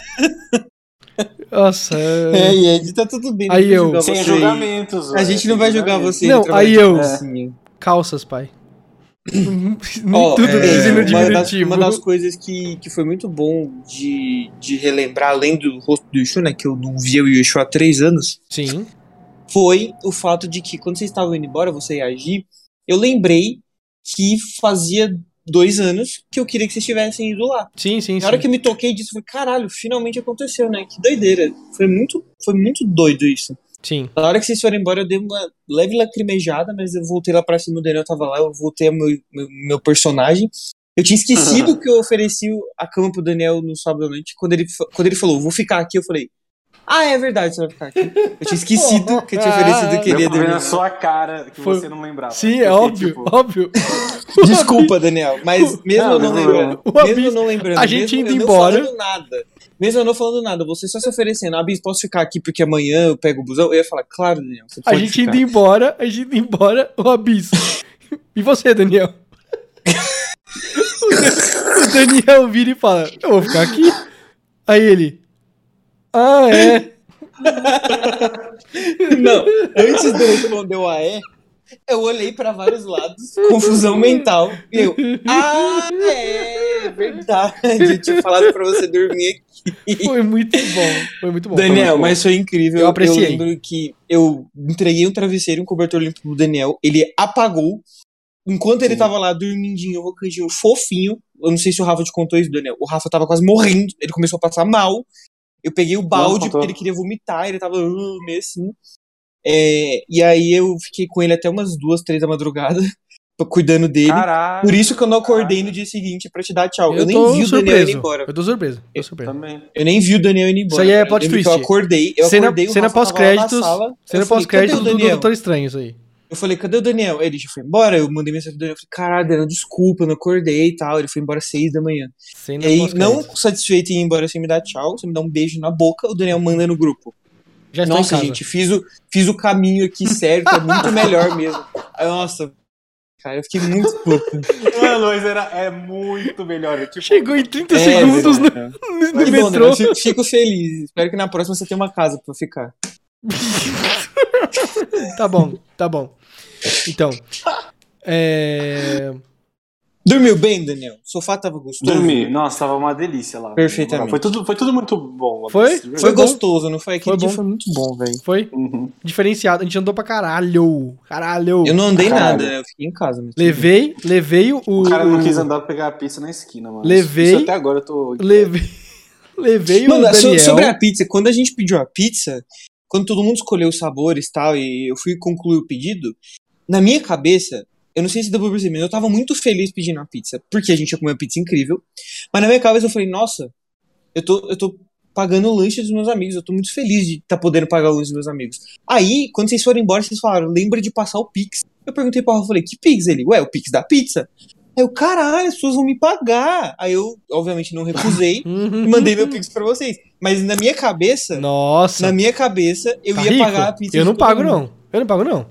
Nossa. É, e Ed, tá tudo bem. Aí eu. Sem julgamentos. A gente não vai julgar você. Não, aí eu. Calças, pai. Oh, tudo é, uma, das, uma das coisas que, que foi muito bom de, de relembrar, além do rosto do Yushu, né, que eu não via o Yushu há três anos, sim, foi o fato de que quando vocês estavam indo embora, você e a Gi, eu lembrei que fazia dois anos que eu queria que vocês tivessem ido lá. Sim, sim, Na sim. hora que eu me toquei disso, eu falei, caralho, finalmente aconteceu, né, que doideira. Foi muito, foi muito doido isso. Sim. Na hora que vocês foram embora, eu dei uma leve lacrimejada, mas eu voltei lá pra cima, o Daniel tava lá, eu voltei ao meu, meu, meu personagem. Eu tinha esquecido uhum. que eu ofereci a cama pro Daniel no sábado à noite. Quando ele, quando ele falou, vou ficar aqui, eu falei, ah, é verdade, você vai ficar aqui. Eu tinha esquecido que eu tinha oferecido que ele ia dormir. Na sua cara que Foi... você não lembrava. Sim, é óbvio, tipo... óbvio. Desculpa, Daniel, mas mesmo não, eu não lembrando, mesmo eu não lembrando, a gente mesmo indo eu embora. não falando nada, mesmo eu não falando nada, você só se oferecendo, Abis, posso ficar aqui porque amanhã eu pego o busão? Eu ia falar, claro, Daniel, você pode A gente ficar. indo embora, a gente indo embora, o Abis. E você, Daniel? O Daniel vira e fala, eu vou ficar aqui. Aí ele, ah, é. Não, antes de eu responder o A E, eu olhei pra vários lados, confusão mental, e eu, ah, é, verdade, eu tinha falado pra você dormir aqui. Foi muito bom, foi muito bom. Daniel, foi muito bom. Mas foi incrível, eu apreciei. Eu lembro que eu entreguei um travesseiro e um cobertor limpo pro Daniel, ele apagou, enquanto ele Sim. tava lá dormindinho, rocandinho, fofinho, eu não sei se o Rafa te contou isso, Daniel, o Rafa tava quase morrendo, ele começou a passar mal. Eu peguei o balde não, porque ele queria vomitar, ele tava uh, meio assim. É, e aí eu fiquei com ele até umas duas, três da madrugada, cuidando dele. Caralho, Por isso que eu não acordei caralho. no dia seguinte pra te dar tchau. Eu, eu nem vi o surpreso. Daniel indo embora. Eu tô surpreso. Tô surpreso. Eu, eu nem vi o Daniel indo embora. Isso aí é plot twist. Eu acordei, eu cena, acordei, o cena Rafa pós-créditos, tava lá na sala. Cena pós-créditos do Doutor Estranho, isso aí. Eu falei, cadê o Daniel? Ele já foi embora, eu mandei mensagem pro Daniel, eu falei, caralho, Daniel, desculpa, eu não acordei e tal. Ele foi embora às seis da manhã. Cena e aí, não satisfeito em ir embora sem me dar tchau, sem me dar um beijo na boca, o Daniel manda no grupo. Já estou nossa, em casa. gente, fiz o, fiz o caminho aqui certo, é muito melhor mesmo. Aí, nossa, cara, eu fiquei muito puto. Mano, mas era, é muito melhor. Tipo, chegou em trinta é, segundos no, é. no, no que metrô. Bom, Daniel, fico feliz. Espero que na próxima você tenha uma casa pra ficar. Tá bom, tá bom. Então, é... Dormiu bem, Daniel? O sofá tava gostoso? Dormi. Nossa, tava uma delícia lá. Perfeitamente. Foi tudo, foi tudo muito bom. Foi? Foi, foi gostoso, não foi? Aquele foi dia bom. foi muito bom, velho. Foi? Uhum. Diferenciado. A gente andou pra caralho. Caralho. Eu não andei caralho. nada, eu fiquei em casa. Mas levei, levei o... O cara não quis andar pra pegar a pizza na esquina, mano. Levei... Isso até agora eu tô... Levei... levei Mano, o Daniel... sobre a pizza, quando a gente pediu a pizza, quando todo mundo escolheu os sabores e tal, e eu fui concluir o pedido, na minha cabeça, eu não sei se deu pra perceber, mas eu tava muito feliz pedindo a pizza, porque a gente ia comer uma pizza incrível, mas na minha cabeça eu falei, nossa, eu tô, eu tô pagando o lanche dos meus amigos, eu tô muito feliz de estar tá podendo pagar o lanche dos meus amigos. Aí, quando vocês foram embora, vocês falaram, lembra de passar o Pix. Eu perguntei pro Rafa, falei, que Pix? Ele, ué, o Pix da pizza. Aí eu, caralho, as pessoas vão me pagar. Aí eu, obviamente, não recusei e mandei meu Pix pra vocês. Mas na minha cabeça, Nossa. na minha cabeça, eu Tá ia rico? pagar a pizza. Eu não de todo pago, mundo. não. Eu não pago, não.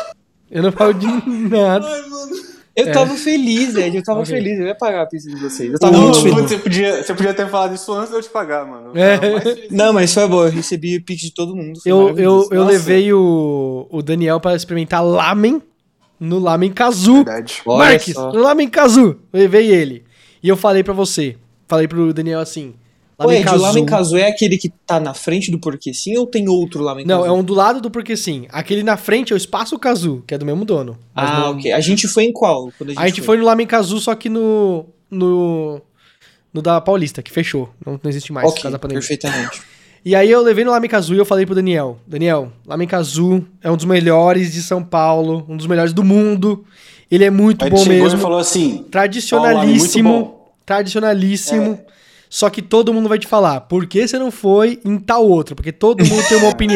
Eu não pago de nada. Ai, mano. Eu É. tava feliz, Ed, eu tava Ok. feliz, eu ia pagar a pizza de vocês. Eu tava Não, muito putz, feliz. você, podia, você podia ter falado isso antes de eu te pagar, mano. É. Eu tava mais feliz. Não, mas foi bom, eu recebi o Pix de todo mundo. Foi Eu, eu, maravilhoso. eu Nossa. levei o, o Daniel pra experimentar lamen no Lamen Kazu. Verdade. Olha Marques, só. no Lamen Kazu. Eu levei ele. E eu falei pra você, falei pro Daniel assim, Ué, Ed, o Lamen Kazu é aquele que tá na frente do Porquê Sim ou tem outro Lamen Kazu? Não, é um do lado do Porque Sim. Aquele na frente é o Espaço Kazu, que é do mesmo dono. Mas Ah, não- ok. A gente foi em qual? Quando a gente, A gente foi no Lamen Kazu, só que no, no, no da Paulista, que fechou. Não, não existe mais, por Ok, causa da pandemia. perfeitamente. E aí eu levei no Lamen Kazu e eu falei pro Daniel, Daniel, Lamen Kazu é um dos melhores de São Paulo, um dos melhores do mundo. Ele é muito Aí bom chegou mesmo. e falou assim, Tradicionalíssimo. Ó, muito Tradicionalíssimo. Só que todo mundo vai te falar, por que você não foi em tal outro? Porque todo mundo tem uma opinião.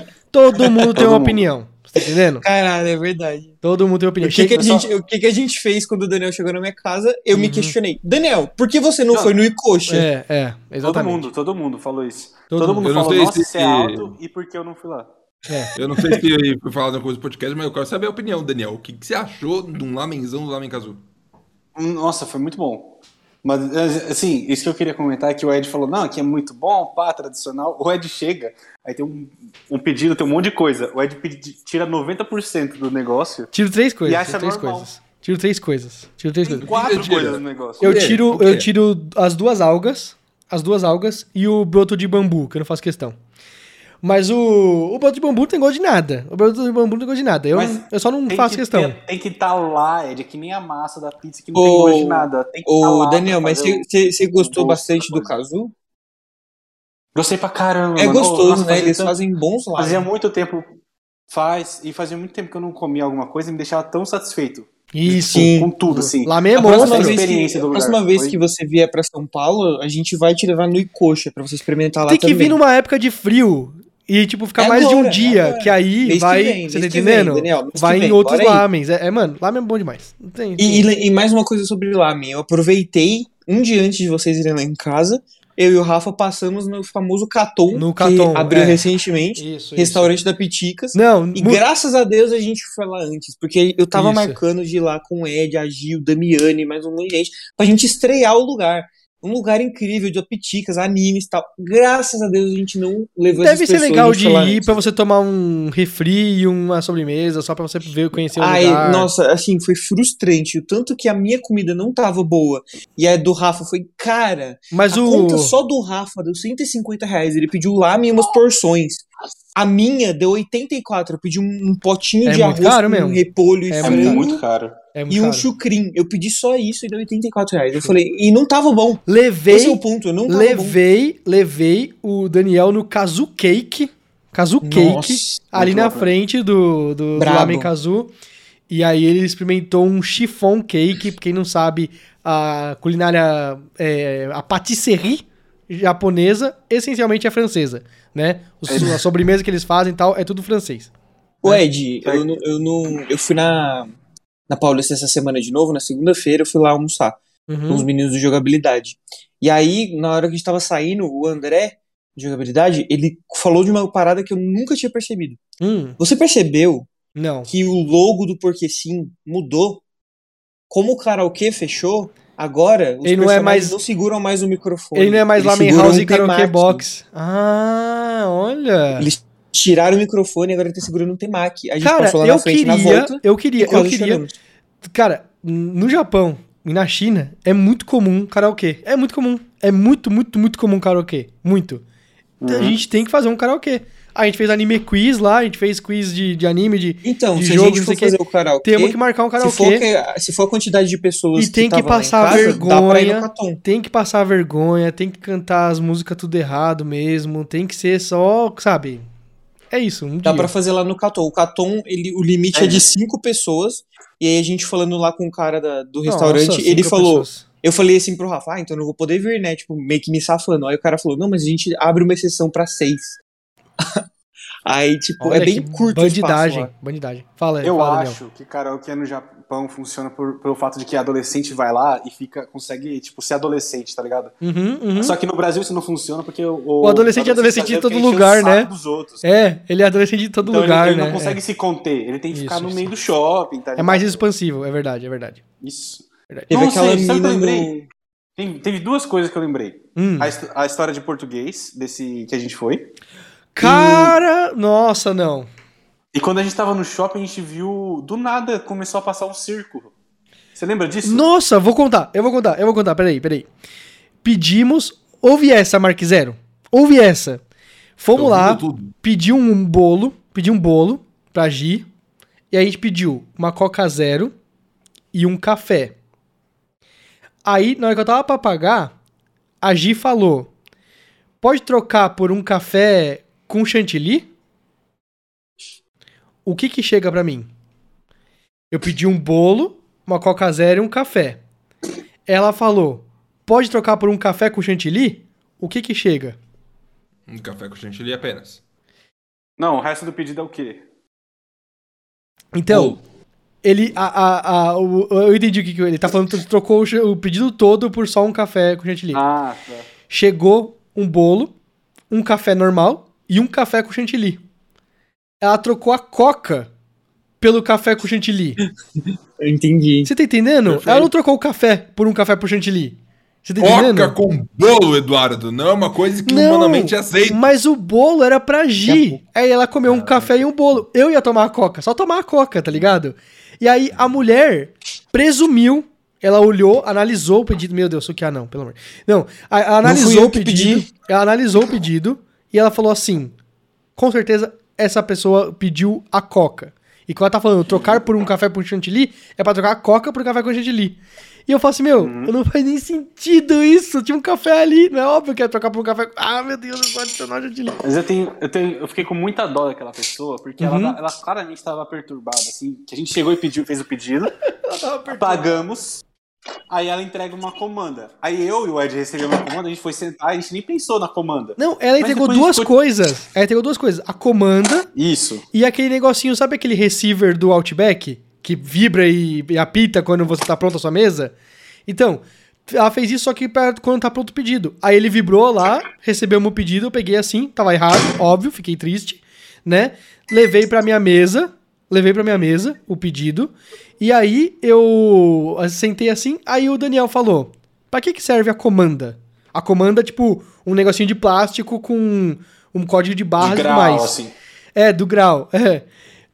Todo mundo tem Todo uma mundo. opinião. Você tá entendendo? Caralho, é verdade. Todo mundo tem opinião. O que, que, a Chega- gente, o que, que a gente fez quando o Daniel chegou na minha casa? Eu me Uhum. questionei. Daniel, por que você não, Não. foi no Icoxa? É, é, todo exatamente. mundo, todo mundo falou isso. Todo Todo, mundo. mundo Eu não falou, sei nossa, se- isso é alto, e por que eu não fui lá? Eu não sei se foi falado na coisa do podcast, mas eu quero saber a opinião, Daniel. O que, que você achou de um lamenzão do Lamen Kazu? Nossa, foi muito bom. Mas, assim, isso que eu queria comentar é que o Ed falou, não, aqui é muito bom, pá, tradicional. O Ed chega, aí tem um, um pedido, tem um monte de coisa. O Ed pedi- tira noventa por cento do negócio. Tiro três coisas. E acha Tiro três normal. coisas. Tiro três coisas. Tiro três Tem coisas. quatro que tira? coisas no negócio. Eu quê? tiro, O quê? eu tiro as duas algas, as duas algas e o broto de bambu, que eu não faço questão. Mas o, o broto de bambu não tem gosto de nada. O broto de bambu não tem gosto de nada. Eu, Mas eu só não Tem faço que questão. ter- tem que estar lá, Ed, é que nem a massa da pizza que não Ô, tem gosto de nada. Tem que tá Ô, lá Daniel, pra mas fazer você o- você gostou o gosto bastante da do coisa. Kazu? Gostei pra caramba, É mano. Ô, gostoso, nossa, né? fazia Eles tanto- fazem bons lá. Fazia muito tempo, faz, e fazia muito tempo que eu não comia alguma coisa e me deixava tão satisfeito. Isso. Sim. Com tudo, assim. Lamen é A próxima, monstro. vez que, experiência a do lugar. próxima vez Foi- que você vier pra São Paulo, a gente vai te levar no Icoxa pra você experimentar lá Tem que também. vir numa época de frio e, tipo, ficar É mais de um agora, é dia, agora. que aí Mês que vai, vem, você tá mês que vem, entendendo? Daniel, mês que vai em vem, outros bora aí. lamens. É, é, mano, lamen é bom demais. Não tem, E, e, e mais uma coisa sobre o lamen. Eu aproveitei um dia antes de vocês irem lá em casa. Eu e o Rafa passamos no famoso Caton, No Caton, que abriu é. recentemente. Isso, Restaurante da Piticas. Não, E mu- graças a Deus a gente foi lá antes. Porque eu tava Isso. marcando de ir lá com o Ed, a Gil, Damiane, mais um monte de gente. Pra gente estrear o lugar. Um lugar incrível, de Piticas, animes e tal. Graças a Deus a gente não levou deve essas ser pessoas, legal a gente de foi lá ir antes. pra você tomar um refri e uma sobremesa, só pra você ver, conhecer o Ai, lugar. nossa, assim, foi frustrante. O tanto que a minha comida não tava boa e a do Rafa foi cara. Mas A o... conta só do Rafa deu cento e cinquenta reais. Ele pediu lamen e umas porções. A minha deu oitenta e quatro. Eu pedi um, um potinho É de muito arroz caro com mesmo. repolho e É É frango muito caro. É muito e um caro. chucrim. Eu pedi só isso e deu oitenta e quatro reais. Eu falei, e não tava bom. Levei, Esse é o ponto, não tava levei, levei o Daniel no Kazu Cake. Kazu bom. Cake, Nossa, ali muito na bom. frente do, do, do Brabo. Lamen Kazu. E aí ele experimentou um chiffon cake. Quem não sabe, a culinária, é, a patisserie japonesa, essencialmente é francesa, né? Os- a sobremesa que eles fazem e tal, é tudo francês. Ô, Ed, eu, não- eu, não, eu fui na, na Paulista essa semana de novo, na segunda-feira eu fui lá almoçar com os Uhum. meninos do Jogabilidade. E aí, na hora que a gente tava saindo, o André, de Jogabilidade, ele falou de uma parada que eu nunca tinha percebido. Hum, Você percebeu não. que o logo do Porque Sim mudou? Como o karaokê fechou, agora os Ele não é personagens mais- não seguram mais o microfone. Ele não é mais Eles Lamen seguram House um e Karaoke temaki. Box. Ah, olha. Eles tiraram o microfone e agora ele tá segurando um temaki. A gente Cara, passou lá eu na frente na queria, volta. eu queria, e eu quase queria. choramos. Cara, no Japão e na China é muito comum karaokê. É muito comum. É muito, muito, muito comum karaokê. Muito. Então, A Uhum. gente tem que fazer um karaokê. A gente fez anime quiz lá, a gente fez quiz de, de anime, de, então, de se jogo, a gente for fazer o karaokê, temos que marcar um karaokê. Se for, que, se for a quantidade de pessoas e tem que, que passar casa, vergonha, tem que passar vergonha, tem que cantar as músicas tudo errado mesmo, tem que ser só, sabe? É isso, um Dá dia. pra fazer lá no Caton. O Caton, ele, o limite é. é de cinco pessoas, e aí a gente falando lá com o cara da, do restaurante, Nossa, ele falou... Pessoas. Eu falei assim pro Rafa, ah, então eu não vou poder vir, né? Tipo, meio que me safando. Aí o cara falou, não, mas a gente abre uma exceção pra seis. Aí, tipo, Olha, é bem curto bandidagem, o espaço lá. Bandidagem. Fala aí, Eu fala, acho Daniel. que karaokê no Japão funciona por, pelo fato de que adolescente vai lá e fica, consegue, tipo, ser adolescente, tá ligado? Uhum, uhum. Só que no Brasil isso não funciona porque o... O adolescente é adolescente de todo lugar, né? Dos outros. É, ele é adolescente de todo então lugar, ele, ele né? não consegue é. se conter, ele tem que isso, ficar no isso. meio do shopping, tá ligado? É mais expansivo, é verdade, é verdade. Isso. Verdade. Teve não aquela sei, sabe o que eu mina lembrei? no... Tem, teve duas coisas que eu lembrei. Hum. A, a história de português, desse que a gente foi. Cara, e... nossa, não. E quando a gente tava no shopping, a gente viu, do nada, começou a passar um circo. Você lembra disso? Nossa, vou contar, eu vou contar, eu vou contar, peraí, peraí. Pedimos, ouve essa, Mark Zero, ouve essa. Fomos lá, pediu um bolo, pediu um bolo pra Gi, e a gente pediu uma Coca Zero e um café. Aí, na hora que eu tava pra pagar, a Gi falou, pode trocar por um café com chantilly? O que que chega pra mim? Eu pedi um bolo, uma Coca Zero e um café. Ela falou, pode trocar por um café com chantilly? O que que chega? Um café com chantilly apenas. Não, o resto do pedido é o quê? Então, oh. ele, a, a, a, o, eu entendi o que que ele tá falando, trocou o, o pedido todo por só um café com chantilly. Ah, tá. Chegou um bolo, um café normal e um café com chantilly. Ela trocou a Coca pelo café com chantilly. Eu entendi. Você tá entendendo? Perfeito. Ela não trocou o café por um café por chantilly. Você tá entendendo? Coca com bolo, Eduardo. Não é uma coisa que não, humanamente é aceita. Mas o bolo era pra Gi. Aí ela comeu um café e um bolo. Eu ia tomar a Coca. Só tomar a Coca, tá ligado? E aí a mulher presumiu. Ela olhou, analisou o pedido. Meu Deus, o que? Ah, não, pelo amor. Não, a, a analisou não o pedido. Pedi. Ela analisou o pedido. E ela falou assim: com certeza essa pessoa pediu a Coca. E quando ela tá falando trocar por um café por chantilly, é pra trocar a Coca por um café com chantilly. E eu falo assim, meu, uhum. não faz nem sentido isso. Tinha um café ali, não é óbvio que é trocar por um café. Ah, meu Deus, eu só adicionar chantilly. Mas eu tenho, eu tenho, eu fiquei com muita dó daquela pessoa, porque uhum. ela, ela claramente estava perturbada, assim, que a gente chegou e pediu, fez o pedido, pagamos, aí ela entrega uma comanda. Aí eu e o Ed recebemos uma comanda, a gente foi sentar, a gente nem pensou na comanda. Não, ela entregou duas ficou... coisas. Ela entregou duas coisas. A comanda. Isso. E aquele negocinho, sabe aquele receiver do Outback? Que vibra e, e apita quando você tá pronto a sua mesa? Então, ela fez isso só que pra quando tá pronto o pedido. Aí ele vibrou lá, recebeu o meu pedido, eu peguei assim, tava errado, óbvio, fiquei triste, né? Levei pra minha mesa, levei pra minha mesa o pedido, e aí eu sentei assim, aí o Daniel falou, pra que que serve a comanda? A comanda, tipo, um negocinho de plástico com um código de barras e tudo mais. Assim. É, do grau, é.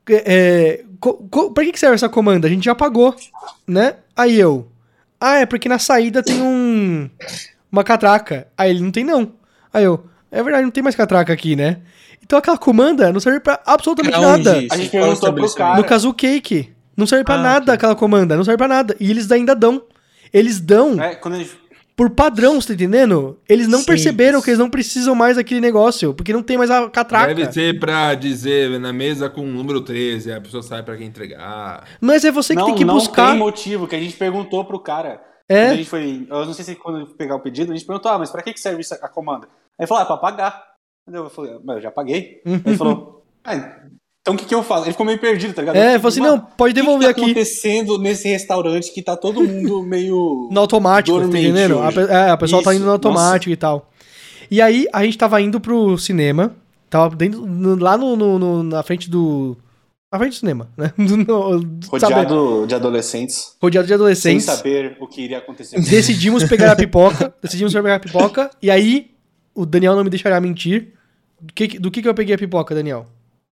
É, co, co, pra que que serve essa comanda? A gente já pagou, né? Aí eu, ah, é porque na saída tem um uma catraca. Aí ele, não tem não. Aí eu, é verdade, não tem mais catraca aqui, né? Então aquela comanda não serve pra absolutamente pra nada. A gente perguntou pro cara. No caso, o Cake. Não serve pra ah, nada okay. aquela comanda, não serve pra nada. E eles ainda dão. Eles dão... É, quando eles... Por padrão, você tá entendendo? Eles não Sim. perceberam que eles não precisam mais daquele negócio, porque não tem mais a catraca. Deve ser pra dizer na mesa com o número treze, a pessoa sabe pra quem entregar. Mas é você que não, tem que não buscar. Não tem motivo, que a gente perguntou pro cara. É? A gente foi, eu não sei se quando pegar o pedido, a gente perguntou, ah, mas pra que que serve isso, a comanda? Aí ele falou, ah, pra pagar. Eu falei, mas eu já paguei. Aí ele falou, ah, então o que que eu faço? Ele ficou meio perdido, tá ligado? É, ele falou assim, não, pode devolver aqui. O que que tá acontecendo nesse restaurante que tá todo mundo meio... no automático, tá entendendo? A, é, a pessoa tá indo no automático, nossa, e tal. E aí, a gente tava indo pro cinema, tava dentro, no, lá no, no, no, na frente do... Na frente do cinema, né? No, rodeado sabe? de adolescentes. Rodeado de adolescentes. Sem saber o que iria acontecer. Decidimos pegar a pipoca, decidimos pegar a pipoca, e aí, o Daniel não me deixará mentir. Do que, do que que eu peguei a pipoca, Daniel?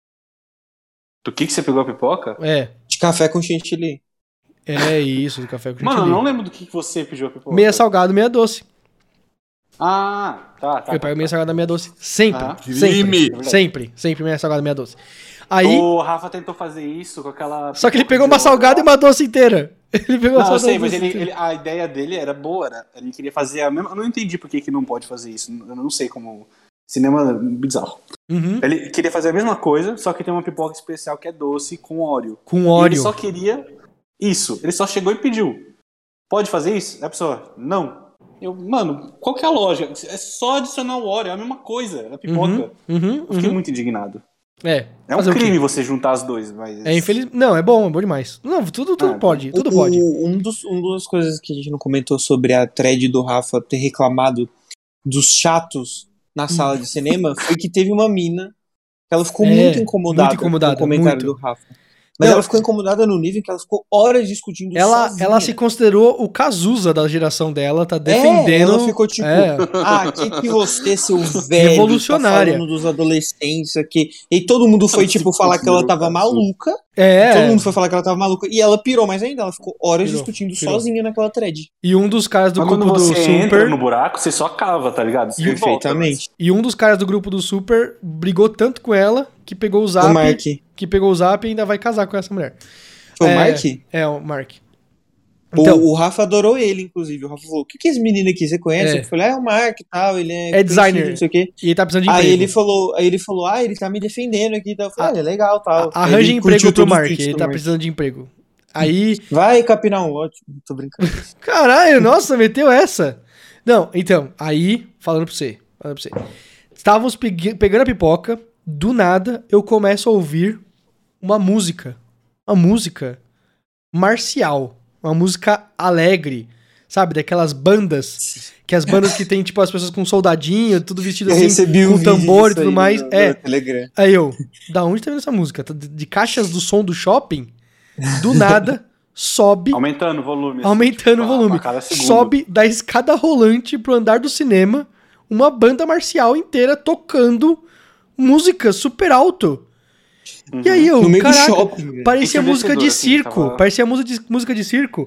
Do que que você pegou a pipoca? É. De café com chantilly. É isso, de café com chantilly. Mano, eu não lembro do que que você pediu a pipoca. Meia salgado, meia doce. Ah, tá, tá. Eu tá, pego meia tá. salgada meia doce sempre. Ah. Crime! Sempre, sempre, sempre meia salgada meia doce. Aí, O Rafa tentou fazer isso com aquela... só que ele pegou uma salgada e uma doce inteira. Ele pegou uma Não, eu salgada sei, e mas uma doce ele, inteira. ele- a ideia dele era boa, né? Ele queria fazer a mesma... Eu não entendi por que, que não pode fazer isso. Eu não sei como... Cinema bizarro. Uhum. Ele queria fazer a mesma coisa, só que tem uma pipoca especial que é doce com óleo. Com E ele óleo. só queria isso. Ele só chegou e pediu. Pode fazer isso? A pessoa, não. Eu, mano, qual que é a lógica? É só adicionar o óleo, é a mesma coisa, a pipoca. Uhum, uhum, Eu fiquei uhum. muito indignado. É. É um fazer o quê? crime você juntar as duas, mas... É infeliz... Não, é bom, é bom demais. Não, tudo, tudo Ah, pode, tudo O- pode. Um dos, um das coisas que a gente não comentou sobre a thread do Rafa ter reclamado dos chatos na sala de cinema foi que teve uma mina que ela ficou É, muito incomodada, muito incomodada, com o comentário muito. do Rafa. Mas Não, ela ficou incomodada no nível que ela ficou horas discutindo Ela, sozinha. ela se considerou o Cazuza da geração dela, tá É, defendendo. ela ficou tipo, É. ah, que que você, seu velho, Revolucionária. tá falando dos adolescentes aqui. E todo mundo foi, tipo, falar que ela tava maluca. É. Todo mundo foi falar que ela tava maluca. E ela pirou mais ainda, ela ficou horas Pirou, discutindo pirou. sozinha naquela thread. E um dos caras do Mas quando grupo do você entra Super. no buraco, você só cava, tá ligado? Você volta, Perfeitamente. E um dos caras do grupo do Super brigou tanto com ela que pegou o zap. O Mark. Que pegou o zap e ainda vai casar com essa mulher. Foi é, o Mark? É, o Mark. O- Então, o, Rafa adorou ele, inclusive. O Rafa falou: o que, que é esse menino aqui? Você conhece? É. Eu falei: ah, é o Mark e tal, ele é, É designer. conhecido, não sei o quê. e ele tá precisando de Aí emprego. ele falou, aí ele falou, ah, ele tá me defendendo aqui e tal. Eu falei, ah, é legal tal. A- Aí Arranja ele emprego curtiu pro todos os Mark, tweets ele do tá Mark. precisando de emprego. Aí, Vai capinar um lote. Tô brincando. caralho, nossa, meteu essa. Não, então, aí, falando pra você, falando pra você. Estávamos pe- pegando a pipoca, do nada eu começo a ouvir uma música. Uma música marcial. Uma música alegre. Sabe, daquelas bandas. Que as bandas que tem, tipo, as pessoas com soldadinho, tudo vestido Eu assim, recebi um com vídeo tambor e disso tudo aí mais. no- É. no Telegram. Aí eu, da onde tá vindo essa música? Tá De, de caixas do som do shopping, do nada, sobe, Aumentando o volume. assim, aumentando tipo, o a- volume, a cada segundo. sobe da escada rolante pro andar do cinema, uma banda marcial inteira tocando música super alto. E aí eu, No meio caraca, do shopping. velho. parecia música de Ensurdecedor, assim, circo, tava- parecia música de, música de circo.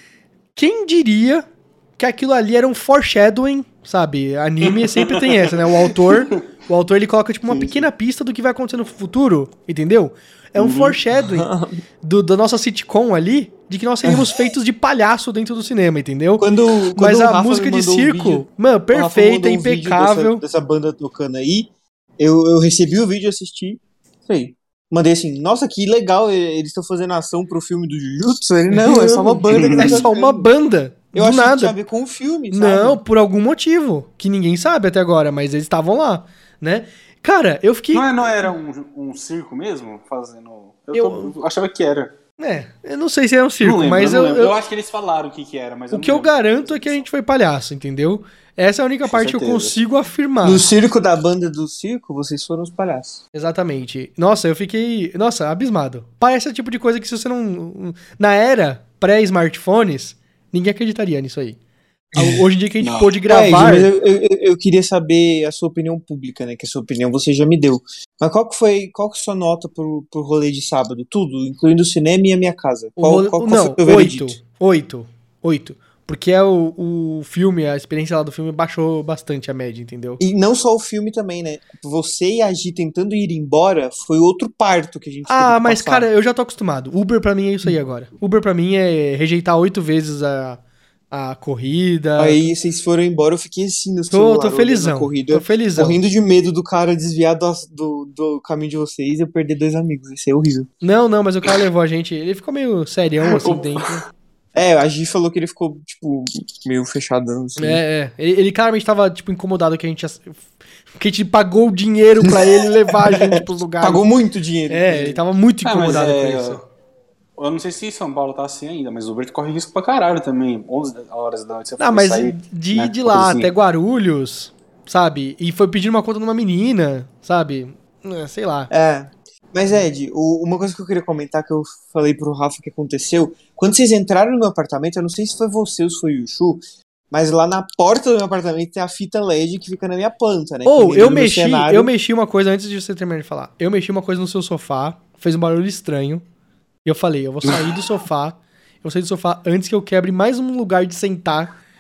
Quem diria que aquilo ali era um foreshadowing, sabe? Anime sempre tem essa, né? O autor, o autor ele coloca tipo uma pequena pista do que vai acontecer no futuro, entendeu? É um foreshadowing do, da nossa sitcom ali, de que nós seríamos feitos de palhaço dentro do cinema, entendeu? Quando, quando Mas o a Rafa música me de mandou um circo, vídeo- mano, o Rafa perfeita, mandou um vídeo impecável. Dessa, dessa banda tocando aí. Eu, eu recebi o vídeo, assisti. Falei, mandei assim, nossa, que legal, eles estão fazendo ação pro filme do Jujutsu. Ele, não, é só uma banda que tá É só tocando. uma banda. Eu do achei que nada. tinha a ver com o filme, sabe? Não, por algum motivo, que ninguém sabe até agora, mas eles estavam lá, né? Cara, eu fiquei... Não, é- não era um, um circo mesmo? Fazendo. Eu, Eu- tô- eu achava que era. É, eu não sei se era um circo, não lembro, mas eu, eu, não lembro. eu- eu acho que eles falaram o que, que era, mas o eu que não eu lembro. garanto é que a gente foi palhaço, entendeu? Essa é a única parte que eu certeza. consigo afirmar. No circo da banda do circo, vocês foram os palhaços. Exatamente. Nossa, eu fiquei, nossa, abismado. Parece o tipo de coisa que se você não... Na era pré-smartphones, ninguém acreditaria nisso aí. Hoje em dia que a gente Não. pôde Ed, gravar... mas eu, eu, eu queria saber a sua opinião pública, né? Que a sua opinião você já me deu. Mas qual que foi, qual que é a sua nota pro, pro rolê de sábado? Tudo, incluindo o cinema e a minha casa. O Qual, role- qual, qual não, foi o teu oito, veredito? oito, oito. Porque é o, o filme, a experiência lá do filme baixou bastante a média, entendeu? E não só o filme também, né? Você e a Gi tentando ir embora foi outro parto que a gente teve Ah, que mas passar. cara, eu já tô acostumado. Uber pra mim é isso aí agora. Uber pra mim é rejeitar oito vezes a, a corrida. Aí vocês foram embora, eu fiquei assim no tô, celular, tô olhando felizão, a corrida, tô felizão. morrendo de medo do cara desviar do, do, do caminho de vocês e eu perder dois amigos. Isso é horrível. Não, não, mas o cara levou a gente, ele ficou meio serião assim dentro. É, a Gi falou que ele ficou, tipo, meio fechadão, assim. É, é. Ele, ele claramente tava, tipo, incomodado que a gente... Que a gente pagou o dinheiro pra ele levar a gente pros lugares. Pagou muito dinheiro. É, ele tava muito Ah, mas incomodado é, com isso. Eu não sei se São Paulo tá assim ainda, mas o Uber corre risco pra caralho também. onze horas da noite você Ah, foi mas sair, de ir né, de uma lá coisa assim. até Guarulhos, sabe? E foi pedindo uma conta numa menina, sabe? É, sei lá. É. Mas, Ed, o- uma coisa que eu queria comentar que eu falei pro Rafa que aconteceu, quando vocês entraram no meu apartamento, eu não sei se foi você ou se foi o Yushu, mas lá na porta do meu apartamento tem a fita L E D que fica na minha planta, né? Ou Que eu no meu mexi, cenário- eu mexi uma coisa antes de você terminar de falar. Eu mexi uma coisa no seu sofá, fez um barulho estranho. E eu falei, eu vou sair do sofá. Eu vou sair do sofá antes que eu quebre mais um lugar de sentar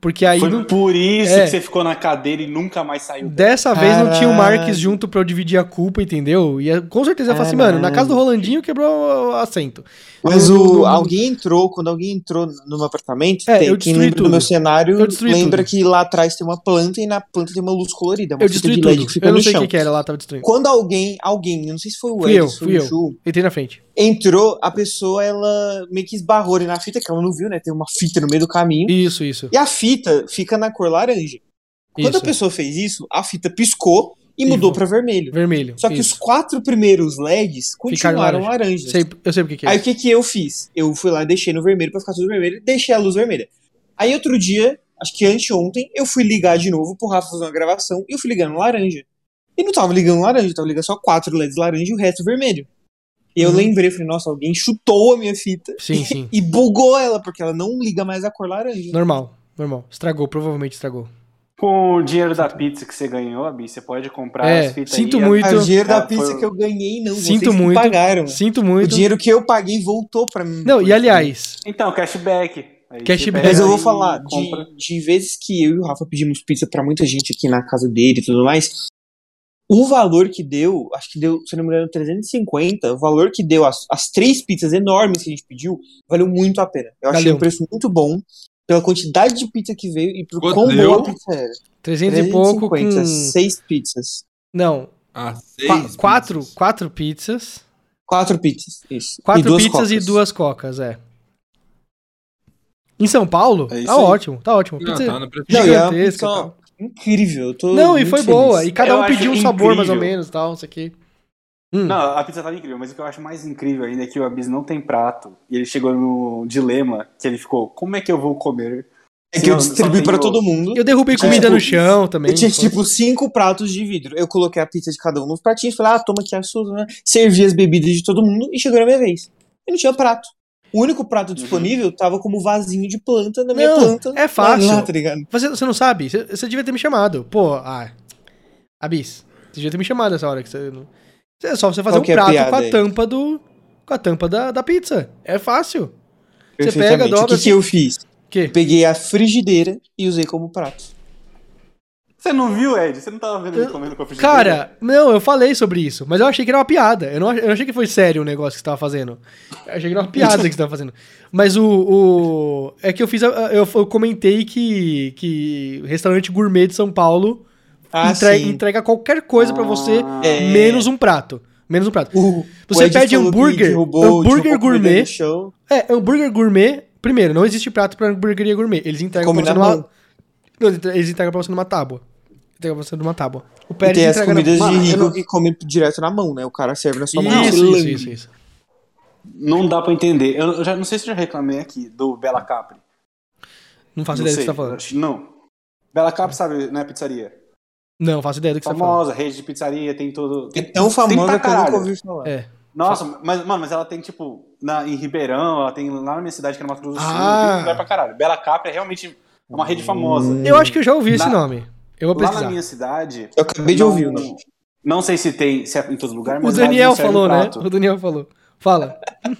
Porque aí Foi não... por isso É. que você ficou na cadeira e nunca mais saiu. Dessa vez não tinha o Caralho. Marques junto pra eu dividir a culpa, entendeu? E eu- com certeza eu falei assim, mano, na casa do Rolandinho quebrou o assento. Mas No- o, no- no- alguém entrou, quando alguém entrou no meu apartamento, É, tem, eu quem destruí lembra tudo. do meu cenário Eu destruí lembra tudo. que lá atrás tem uma planta e na planta tem uma luz colorida, uma Eu fita destruí de L E D tudo. que fica Eu não no sei o chão. que que era lá, tava destruindo. Quando alguém, alguém, eu não sei se foi o Fui Ed, eu, se foi fui o eu. Chu, Entrei na frente. entrou, a pessoa, ela meio que esbarrou ali na fita, que ela não viu, né? Tem uma fita no meio do caminho. Isso, isso. E a fita fica na cor laranja. Quando Isso. a pessoa fez isso, a fita piscou e E mudou vo- pra vermelho. Vermelho. Só que isso. os quatro primeiros L E Ds Ficaram continuaram laranja. laranjas. Sei, eu sei porque que é Aí o isso. que que eu fiz? Eu fui lá e deixei no vermelho pra ficar tudo vermelho, deixei a luz vermelha. Aí outro dia, acho que anteontem, eu fui ligar de novo pro Rafa fazer uma gravação e eu fui ligando laranja. E não tava ligando laranja, tava ligando só quatro L E Ds laranja e o resto vermelho. E eu Uhum. lembrei, falei, nossa, alguém chutou a minha fita Sim, sim. e bugou ela, porque ela não liga mais a cor laranja. Normal, normal. Estragou, provavelmente estragou. Com o dinheiro da pizza que você ganhou, Abi, você pode comprar É, as fitas sinto aí. muito. Ah, o dinheiro da Ah, pizza foi- que eu ganhei, não, Sinto vocês que muito. pagaram. Sinto O muito. dinheiro que eu paguei voltou pra mim. Não, depois. e aliás, Então, cashback. Aí Cashback. você pega Mas eu vou e falar compra. de, de vezes que eu e o Rafa pedimos pizza pra muita gente aqui na casa dele e tudo mais. O valor que deu, acho que deu, se não me engano, trezentos e cinquenta. O valor que deu as, as três pizzas enormes que a gente pediu, valeu muito a pena. Eu achei Valeu. um preço muito bom pela quantidade de pizza que veio e por Quanto quão deu? boa a pizza era. trezentos e pouco com... seis pizzas. Não, Ah, seis. qua- quatro, pizzas. quatro pizzas. Quatro pizzas, isso. Quatro e duas pizzas e cocas. duas cocas, é. Em São Paulo, É isso tá aí. ótimo, tá ótimo. Não, Pizza tá no preço. Não, e é uma gigantesca pizza e tal. incrível. Eu tô Não, e muito foi feliz. boa. E cada Eu um acho pediu um sabor mais ou incrível. menos, tal, isso aqui. Hum. Não, a pizza tava incrível, mas o que eu acho mais incrível ainda é que o Abis não tem prato. E ele chegou no dilema que ele ficou, como é que eu vou comer? É Se que eu só distribuí tenho- pra todo mundo. Eu derrubei É, comida tipo, no chão também. Eu tinha, foi. tipo, cinco pratos de vidro. Eu coloquei a pizza de cada um nos pratinhos, falei, ah, toma aqui a sua, né? Servi as bebidas de todo mundo e chegou na minha vez. E não tinha prato. O único prato disponível tava como vasinho de planta na minha Não, planta. é fácil. Lá, tá ligado? Você, você não sabe? Você, você devia ter me chamado. Pô, ah. Abis, você devia ter me chamado nessa hora que você. não- É só você fazer Qual um que é a prato piada com a aí? tampa do. Com a tampa da, da pizza. É fácil. Você pega, Perfeitamente. dobra O que, assim. que eu fiz? O quê? Eu peguei a frigideira e usei como prato. Você não viu, Ed? Você não tava vendo ele Eu- comendo com a frigideira? Cara, não, eu falei sobre isso, mas eu achei que era uma piada. Eu não, ach- eu não achei que foi sério o negócio que você tava fazendo. Eu achei que era uma piada que você tava fazendo. Mas o. o é que eu fiz. a- Eu, eu comentei que, que restaurante gourmet de São Paulo Ah, entre- sim. entrega qualquer coisa pra você, É. menos um prato. Menos um prato. O, Você o Ed pede falou que hambúrguer, derrubou- hambúrguer derrubou comida gourmet. no chão. É, hambúrguer gourmet. Primeiro, não existe prato pra hamburgueria gourmet. Eles entregam Come pra você na numa. mão. Não, eles entregam pra você numa tábua. Entregam pra você numa tábua. O E Pérez tem as entrega na- comidas Mano, de eu rico não- que come direto na mão, né? O cara serve na sua mão. Isso, você isso, lambe. isso, isso. Não dá pra entender. Eu, eu já não sei se eu já reclamei aqui do Bela Capri. Não faço Não ideia do sei. que você tá falando. Acho que Não. Bela Capri, sabe, não é pizzaria? Não, faço ideia do que você tá falando. Famosa, rede de pizzaria, tem todo... É Tem, tão tem famosa pra que eu nunca caralho. ouvi falar. É. Nossa, mas, mano, mas ela tem, tipo, na, em Ribeirão, ela tem lá na minha cidade, que é no Mato Grosso do Sul, Ah. tem lugar pra caralho. Bela Capri é realmente uma rede famosa. Eu acho que eu já ouvi esse Na- nome. Eu vou Lá pesquisar. na minha cidade... Eu acabei de não- ouvir o nome. Não sei se tem, se é em todo lugar, O mas lá Daniel eles não servem falou, né? prato. O Daniel falou. Fala.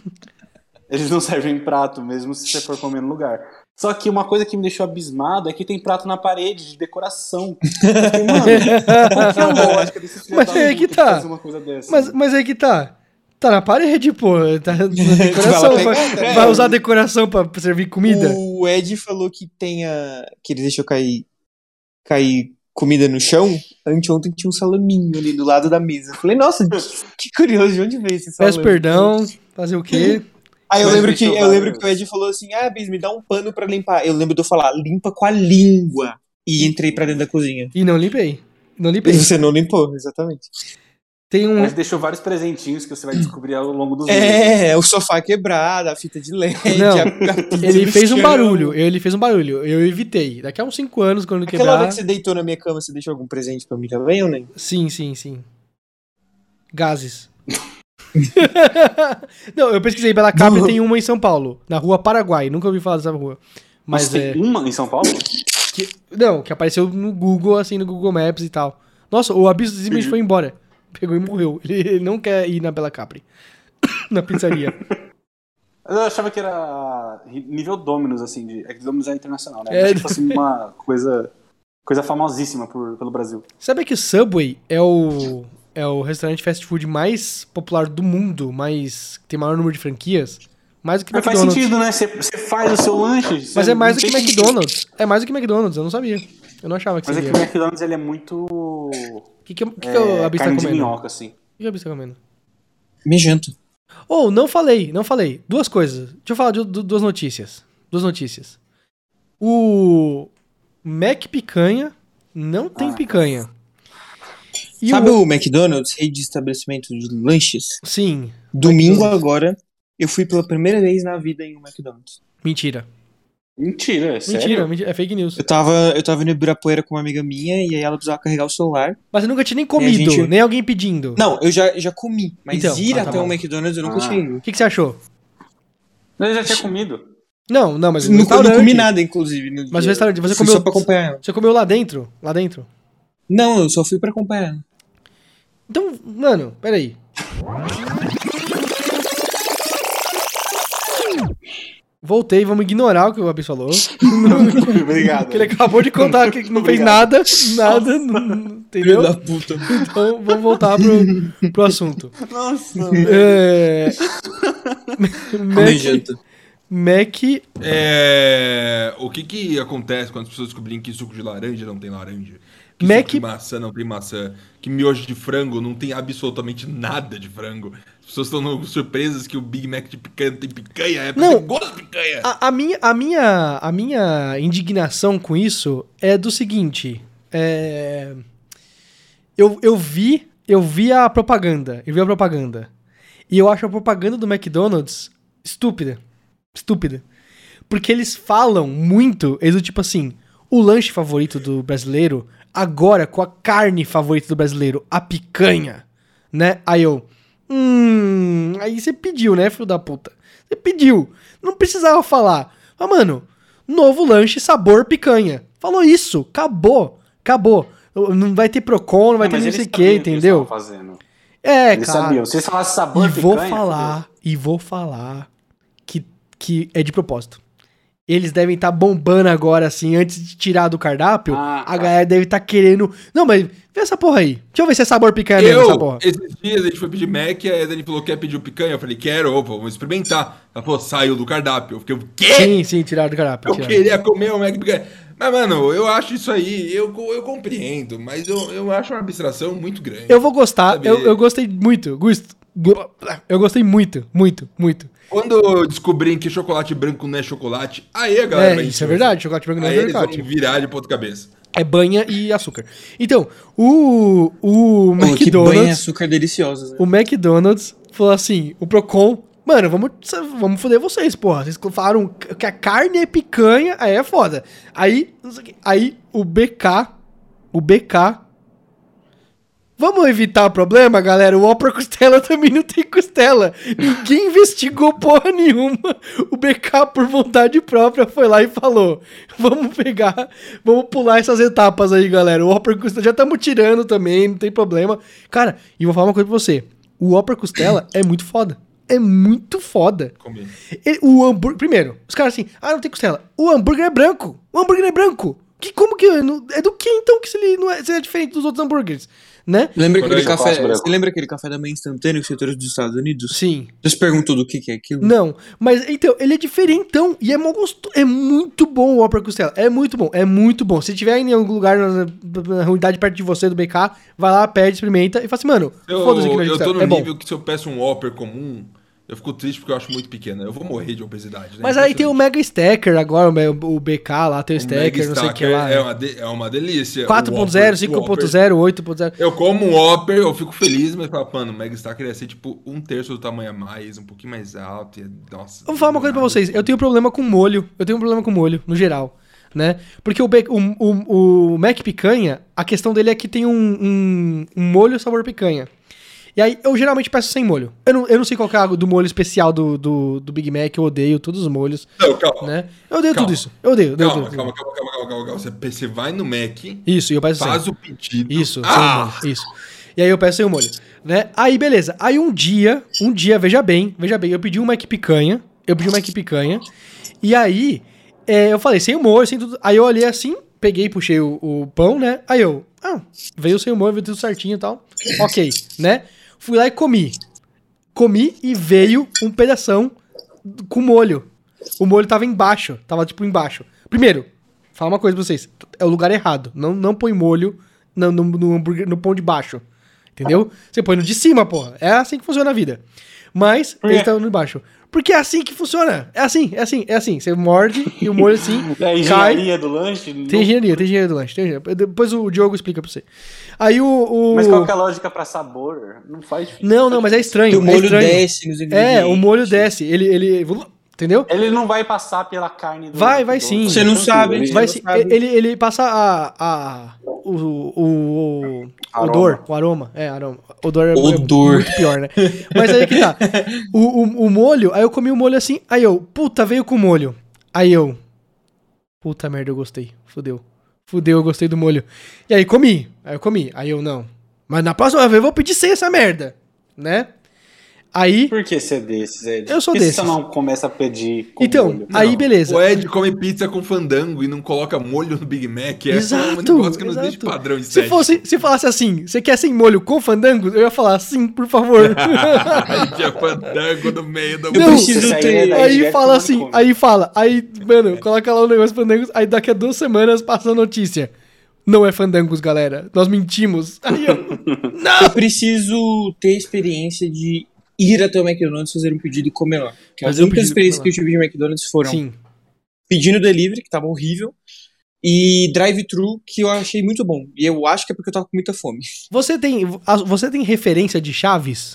Eles não servem prato, mesmo se você for comer no lugar. Só que uma coisa que me deixou abismado é que tem prato na parede de decoração. Eu fiquei, mano, qual que é a lógica desse filho Mas da aí puta que de tá. fazer uma coisa dessa? Mas, mas aí que tá. Tá na parede, pô. Tá na decoração. Vai lá vai, pegar, vai é. usar decoração pra servir comida? O Ed falou que tem a... que ele deixou cair, cair comida no chão. Anteontem tinha um salaminho ali do lado da mesa. Eu falei, nossa, que, que curioso, de onde veio esse salame? Peço perdão. Fazer o quê? Aí eu Mas lembro, que, deixou eu lembro vários. que o Ed falou assim, ah, Bis, me dá um pano pra limpar. Eu lembro de eu falar, limpa com a língua. E entrei pra dentro da cozinha. E não limpei. Não E limpei. você não limpou, exatamente. Tem um. Mas deixou vários presentinhos que você vai descobrir ao longo dos vídeos. É, o sofá quebrado, a fita de L E D, Não, a, a pizza Ele no fez um chão. barulho. Ele fez um barulho. Eu evitei. Daqui a uns cinco anos, quando Aquela quebrar. hora que você deitou na minha cama, você deixou algum presente pra mim também ou nem? Sim, sim, sim. Gases. Não, eu pesquisei. Bela Capri Não. tem uma em São Paulo, na rua Paraguai. Nunca ouvi falar dessa rua. Mas Nossa, é. tem uma em São Paulo? que- não, que apareceu no Google, assim, no Google Maps e tal. Nossa, o Abis simplesmente foi embora. Pegou e morreu. Ele, ele não quer ir na Bela Capri. Na pizzaria. Eu achava que era nível Domino's, assim, de... é que Domino's é internacional, né? É. É tipo assim, uma coisa, coisa famosíssima por, pelo Brasil. Sabe que o Subway é o, é o restaurante fast food mais popular do mundo, mais que tem maior número de franquias? Mais do que Mas faz McDonald's. sentido, né? Você, você faz o seu lanche... Mas você é mais não do que tem McDonald's. É mais do que McDonald's, eu não sabia. Eu não achava que Mas é seria. que o McDonald's, ele é muito... O que, que, que, que é, eu- a Bi tá carne de comendo? minhoca, assim. O que a Bi tá comendo? Mijento. Oh, não falei, não falei. Duas coisas. Deixa eu falar de du- duas notícias. Duas notícias. O Mac Picanha não tem Ah. picanha. E Sabe o... o McDonald's, rede de estabelecimento de lanches? Sim. Domingo McDonald's. agora, eu fui pela primeira vez na vida em um McDonald's. Mentira. Mentira, é sério? Mentira, mentira, é fake news. Eu tava, eu tava no Ibirapuera com uma amiga minha e aí ela precisava carregar o celular. Mas você nunca tinha nem comido, gente- nem alguém pedindo. Não, eu já, já comi, mas Então, ir ah, tá até bom. um McDonald's eu nunca Ah. tinha ido. O que, que você achou? Eu já tinha comido. Não, não, mas no Nunca, eu não restaurante. comi nada, inclusive. No Mas dia. no restaurante, você Fui comeu- só pra acompanhar ela. Você comeu lá dentro? Lá dentro? Não, eu só fui pra acompanhar ela. Então, mano, peraí. Voltei, vamos ignorar o que o Abis falou. Obrigado. Que ele acabou de contar que não fez Obrigado. nada, nada, n- Filho entendeu? da puta. Então, vamos voltar pro, pro assunto. Nossa, É... Mac, Mijento. Mac, É... O que que acontece quando as pessoas descobrem que suco de laranja não tem laranja? Que Mac- suco de maçã não tem maçã? Que miojo de frango não tem absolutamente nada de frango? As pessoas estão surpresas que o Big Mac de picanha não tem picanha, é porque Não. tem gosto de picanha. a, a minha, a, minha, a minha indignação com isso é do seguinte. É... Eu, eu vi eu vi a propaganda. Eu vi a propaganda. E eu acho a propaganda do McDonald's estúpida. Estúpida. Porque eles falam muito, eles do tipo assim, o lanche favorito do brasileiro, agora com a carne favorita do brasileiro, a picanha, né? Aí eu, hum, aí você pediu, né, filho da puta? Você pediu, não precisava falar. Mas, mano, novo lanche sabor picanha. Falou isso, acabou, acabou. Não vai ter Procon, não vai ter não sei o que, entendeu? É, Eles cara. sabiam. Se eles falassem sabor E vou picanha, falar, e vou falar que, que é de propósito. Eles devem estar bombando agora, assim, antes de tirar do cardápio, Ah, a tá. galera deve estar querendo... Não, mas vê essa porra aí. Deixa eu ver se é sabor picanha mesmo, essa Eu, porra. esses dias a gente foi pedir Mac, aí a Dani falou, quer pedir o picanha? Eu falei, quero, opa, vamos experimentar. Ela falou, saiu do cardápio. Eu fiquei, o quê? Sim, sim, tiraram do cardápio. Eu tiraram. queria comer o Mac picanha. Mas, mano, eu acho isso aí, eu, eu compreendo, mas eu, eu acho uma abstração muito grande. Eu vou gostar, Sabe? eu, eu gostei muito, Gusto. Eu gostei muito, muito, muito. Quando descobrirem que chocolate branco não é chocolate, aí a galera É, vai isso é encher. verdade, chocolate branco não é Aí eles vão chocolate. virar de ponta cabeça. É banha e açúcar. Então, o, o Pô, que banha e McDonald's... açúcar deliciosos. Né? O McDonald's falou assim, o Procon, mano, vamos, vamos foder vocês, porra. Vocês falaram que a carne é picanha, aí é foda. Aí, não sei o quê. Aí o B K, o B K, vamos evitar o problema, galera? O Whopper Costela também não tem costela. Ninguém investigou porra nenhuma. O B K, por vontade própria, foi lá e falou, vamos pegar, vamos pular essas etapas aí, galera. O Whopper Costela, já estamos tirando também, não tem problema. Cara, e vou falar uma coisa pra você. O Whopper Costela é muito foda. É muito foda. Comi. Ele- o hambúrguer... Primeiro, os caras assim, ah, não tem costela. O hambúrguer é branco. O hambúrguer é branco. Que, como que... não- é do que, então, que se ele não é, se ele é diferente dos outros hambúrgueres? Né? Lembra Quando aquele eu faço café, branco. você lembra aquele café da manhã instantâneo que você trouxe dos Estados Unidos? Sim. Você se perguntou do que, que é aquilo? Não, mas então, ele é diferentão e é mó gostoso. É muito bom o Whopper Costela. É muito bom, é muito bom. Se tiver em algum lugar na, na unidade perto de você, do B K, vai lá, pede, experimenta e fala assim, mano, Eu, foda-se aqui na eu tô costela. no É bom. nível que se eu peço um Whopper comum, eu fico triste porque eu acho muito pequeno. Eu vou morrer de obesidade, né? Mas aí tem o Mega Stacker agora, o B K lá, tem o, O Stacker, Mega não sei o que Stacker lá. É uma, de- é uma delícia. quatro ponto O zero, Whopper- cinco ponto Whopper- zero, oito ponto zero. Eu como um Whopper, eu fico feliz, mas falo, mano, o Mega Stacker ia ser tipo um terço do tamanho a mais, um pouquinho mais alto. E, nossa, Eu vou falar uma coisa pra vocês. Eu tenho problema com molho. Eu tenho um problema com molho, no geral. Né? Porque o, be- o, o, o Mac Picanha, a questão dele é que tem um, um, um molho sabor picanha. E aí, eu geralmente peço sem molho. Eu não, eu não sei qual que é a do molho especial do, do, do Big Mac. Eu odeio todos os molhos. Não, calma. Né? Eu odeio Calma. tudo isso. Eu odeio. Eu odeio Calma, tudo. calma, calma, calma, calma, calma, calma. Você, você vai no Mac, Isso, e eu peço sem. faz o pedido. Isso, sem Ah! o molho, isso. E aí eu peço sem o molho, né? Aí beleza, aí um dia, um dia, veja bem, veja bem, eu pedi um Mac Picanha, Eu pedi um Mac picanha. E aí, é, eu falei, sem o molho, sem tudo. Aí eu olhei assim, peguei, puxei o, o pão, né? Aí eu, ah, veio sem o molho, veio tudo certinho e tal. Ok, né? Fui lá e comi. Comi e veio um pedação com molho. O molho tava embaixo, tava tipo embaixo. Primeiro, fala uma coisa pra vocês, é o lugar errado. Não, não põe molho no, no, no, hambúrguer, no pão de baixo. Entendeu? Você põe no de cima, porra. É assim que funciona a vida. Mas, ele estavam no de baixo. Porque é assim que funciona. É assim, é assim, é assim. Você morde e o molho assim É a engenharia cai. do lanche? Tem não... engenharia, tem engenharia do lanche. Tem engenharia. Depois o Diogo explica pra você. Aí o... o... Mas qual que é a lógica pra sabor? Não faz diferença. Não, não, mas é estranho. O molho é estranho. desce nos ingredientes. É, o molho desce. Ele... ele... Entendeu? Ele não vai passar pela carne do... Vai, vai do... sim. Você não sabe. Ele, vai sim. Sabe. Ele, ele passa a... a o... o, o odor. O aroma. É, aroma. Odor é odor. muito pior, né? Mas aí que tá. O, o, o molho... Aí eu comi o molho assim. Aí eu... Puta, veio com molho. Aí eu... Puta merda, eu gostei. Fudeu. Fudeu, eu gostei do molho. E aí comi. Aí eu comi. Aí eu não. Mas na próxima vez eu vou pedir sem essa merda. Né? Aí... Por que você é desses, Ed? Eu sou Por que desses. você não começa a pedir com então, molho? aí Não, beleza. O Ed come pizza com fandango e não coloca molho no Big Mac. É Exato, um negócio que não exato. deixa padrão Se estético. fosse, se falasse assim, você quer sem molho com fandango? Eu ia falar, sim, por favor. Aí tinha fandango no meio do... Eu Não, preciso ter... Aí fala assim, aí fala, aí, mano, coloca lá o negócio fandangos, aí daqui a duas semanas passa a notícia. Não é fandangos, galera. Nós mentimos. Aí eu, não! Eu preciso ter experiência de ir até o McDonald's, fazer um pedido e comer lá. Porque as Fazer um únicas pedido e experiências comer que eu tive de McDonald's foram Sim. pedindo delivery, que tava horrível, e drive-thru, que eu achei muito bom. E eu acho que é porque eu tava com muita fome. Você tem, você tem referência de Chaves?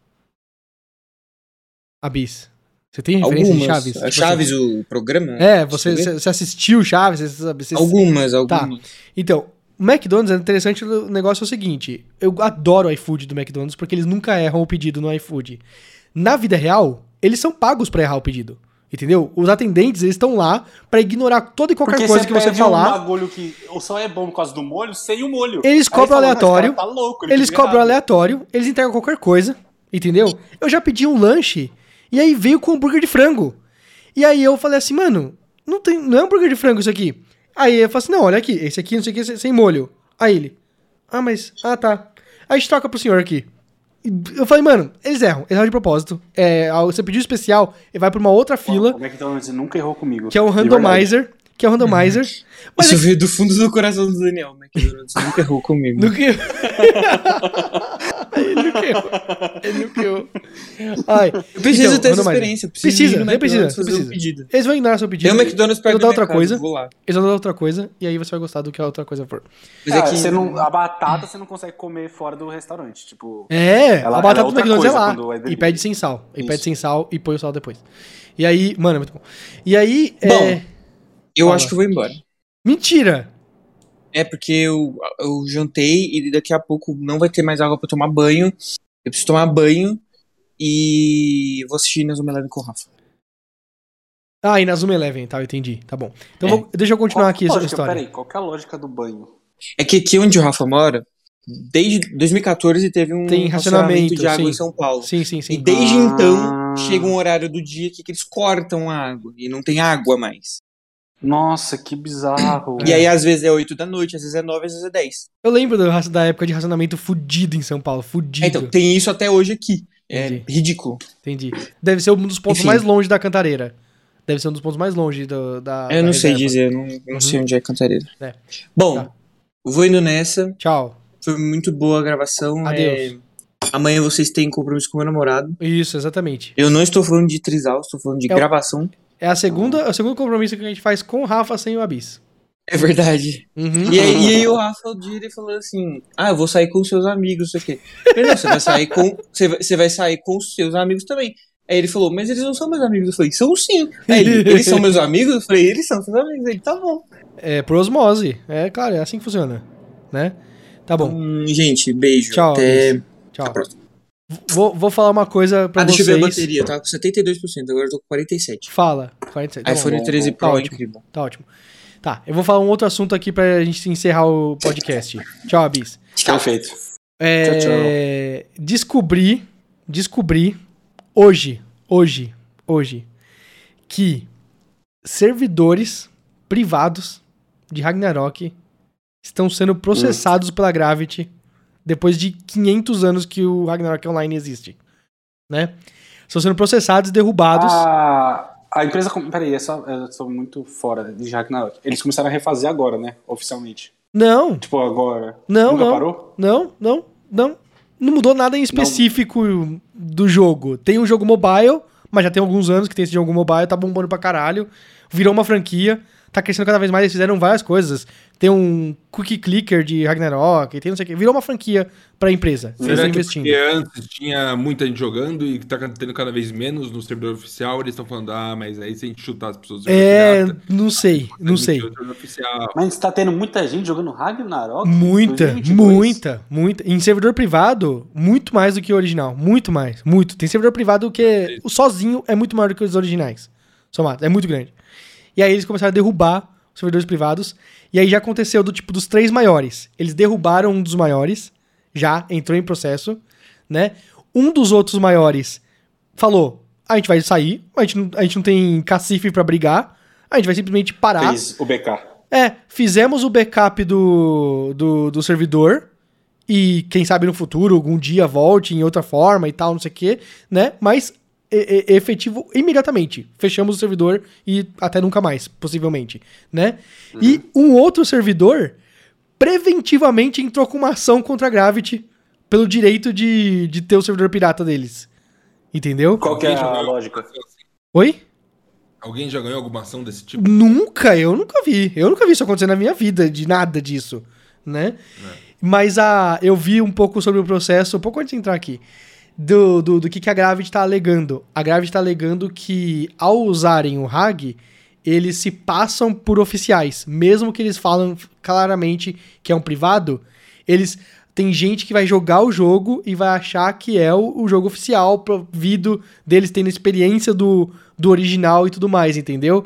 Abis. Você tem referência Algumas. de Chaves? A Tipo Chaves, assim, o programa? É, você, você assistiu Chaves? Você, sabe, você, Algumas, algumas. Tá. Então, o McDonald's é interessante, o negócio é o seguinte, eu adoro o iFood do McDonald's porque eles nunca erram o pedido no iFood. Na vida real, eles são pagos pra errar o pedido, entendeu? Os atendentes, eles estão lá pra ignorar toda e qualquer Porque coisa que você falar. Um bagulho que só é bom por causa do molho, sem o molho. Eles cobram fala, aleatório, tá louco, ele eles pediu cobram errado. aleatório, eles entregam qualquer coisa, entendeu? Eu já pedi um lanche e aí veio com hambúrguer de frango. E aí eu falei assim, mano, não, tem, não é hambúrguer de frango isso aqui. Aí eu falei assim, não, olha aqui, esse aqui, não sei o que, sem molho. Aí ele, ah, mas, ah, tá. Aí a gente troca pro senhor aqui. E eu falei, mano, eles erram, eles erram de propósito. É, você pediu especial, ele vai pra uma outra fila. Como é que então você nunca errou comigo? Que é um randomizer. Que é um randomizer. Mas Isso é... veio do fundo do coração do Daniel. McDonald's nunca errou comigo. No que... ele nunca errou. Ele nunca errou. Ai, eu preciso então, ter essa randomizer. experiência. Eu preciso Precisa, ir no nem precisa, McDonald's fazer precisa. um pedido. Eles vão ignorar seu pedido. Tem um McDonald's perto eles da vão dar minha outra casa, coisa. vou lá. Eles vão dar outra coisa. E aí você vai gostar do que a outra coisa for. Mas Ah, é que... você não, a batata você não consegue comer fora do restaurante. Tipo, É, ela- a batata ela é do outra McDonald's é coisa lá. quando é E delivery. pede sem sal. E Isso. pede sem sal e põe o sal depois. E aí, mano, é muito bom. E aí, Bom, é... Eu Fala. acho que eu vou embora. Mentira! É porque eu, eu jantei e daqui a pouco não vai ter mais água pra eu tomar banho. Eu preciso tomar banho e vou assistir na Zuma Eleven com o Rafa. Ah, e na Zoom Eleven, tá, eu entendi. Tá bom. Então É. vou- deixa eu continuar qual aqui que é a essa lógica? história. Peraí, qual que é a lógica do banho? É que aqui onde o Rafa mora, desde dois mil e catorze teve um Tem racionamento, de água sim. em São Paulo. Sim, sim, sim. E desde Ah. então chega um horário do dia que, que eles cortam a água e não tem água mais. Nossa, que bizarro. E aí às vezes é oito da noite, às vezes é nove, às vezes é dez. Eu lembro do, raci- da época de racionamento fudido em São Paulo. Fudido. É, então, tem isso até hoje aqui. É Entendi. ridículo. Entendi. Deve ser um dos pontos Enfim. mais longe da Cantareira. Deve ser um dos pontos mais longe do, da. Eu da não sei reserva. dizer, eu não, eu não Uhum. sei onde é Cantareira. É. Bom, Tá. vou indo nessa. Tchau. Foi muito boa a gravação. Adeus. É, amanhã vocês têm compromisso com o meu namorado. Isso, exatamente. Eu não estou falando de trisal, estou falando de É o- gravação. É a segunda, é o segundo compromisso que a gente faz com o Rafa sem o Abis. É verdade. Uhum. E aí, e aí o Rafa o dia ele falou assim: ah, eu vou sair com os seus amigos, não sei o quê. Eu falei, não, você vai sair com. Você vai, você vai sair com os seus amigos também. Aí ele falou, mas eles não são meus amigos. Eu falei, são sim. Aí ele, eles são meus amigos? Eu falei, eles são seus amigos. Ele, tá bom. É por osmose. É claro, é assim que funciona. Né? Tá bom. Hum, gente, beijo. Tchau. Até. Abis. Tchau. Vou, vou falar uma coisa pra Ah, deixa vocês. eu ver a bateria. Eu tava com setenta e dois por cento, agora eu tô com quarenta e sete por cento. Fala. quarenta e sete. Tá bom. iPhone treze Tá Pro é ótimo. incrível. Tá ótimo. Tá, eu vou falar um outro assunto aqui pra gente encerrar o podcast. Tchau, Abis. Perfeito. É, Tchau, descobri, descobri, hoje, hoje, hoje, que servidores privados de Ragnarok estão sendo processados hum. pela Gravity depois de quinhentos anos que o Ragnarok Online existe, né? Estão sendo processados e derrubados. Ah, a empresa... Peraí, é só, eu sou muito fora de Ragnarok. Eles começaram a refazer agora, né? Oficialmente. Não. Tipo, agora. Não, Nunca não. parou? Não, não, não. Não mudou nada em específico não. do jogo. Tem um jogo mobile, mas já tem alguns anos que tem esse jogo mobile, tá bombando pra caralho. Virou uma franquia. Tá crescendo cada vez mais, eles fizeram várias coisas. Tem um cookie clicker de Ragnarok, tem não sei o que. Virou uma franquia pra empresa. Eles estão investindo. Porque antes tinha muita gente jogando e tá tendo cada vez menos no servidor oficial, eles estão falando, ah, mas aí se a gente chutar as pessoas... É, pirata, não sei, não sei. Mas tá tendo muita gente jogando Ragnarok? Muita, dois mil e vinte e dois? muita, muita. Em servidor privado, muito mais do que o original. Muito mais, muito. Tem servidor privado que o sozinho é muito maior do que os originais. Somado, é muito grande. E aí eles começaram a derrubar os servidores privados. E aí já aconteceu do tipo dos três maiores. Eles derrubaram um dos maiores. Já entrou em processo, né? Um dos outros maiores falou, a gente vai sair. A gente não, a gente não tem cacife pra brigar. A gente vai simplesmente parar. Fez o backup. É, fizemos o backup do, do, do servidor. E quem sabe no futuro, algum dia volte em outra forma e tal, não sei o quê, né? Mas... efetivo imediatamente. Fechamos o servidor e até nunca mais, possivelmente, né? Uhum. E um outro servidor preventivamente entrou com uma ação contra a Gravity pelo direito de, de ter o servidor pirata deles. Entendeu? Qual que é a lógica? Oi? Alguém já ganhou alguma ação desse tipo? Nunca, eu nunca vi. Eu nunca vi isso acontecer na minha vida, de nada disso, né? É. Mas a, eu vi um pouco sobre o processo, um pouco antes de entrar aqui. Do, do, do que, que a Gravity tá alegando. A Gravity tá alegando que, ao usarem o R A G, eles se passam por oficiais. Mesmo que eles falam claramente que é um privado, eles... Tem gente que vai jogar o jogo e vai achar que é o, o jogo oficial, provido deles tendo experiência do, do original e tudo mais, entendeu?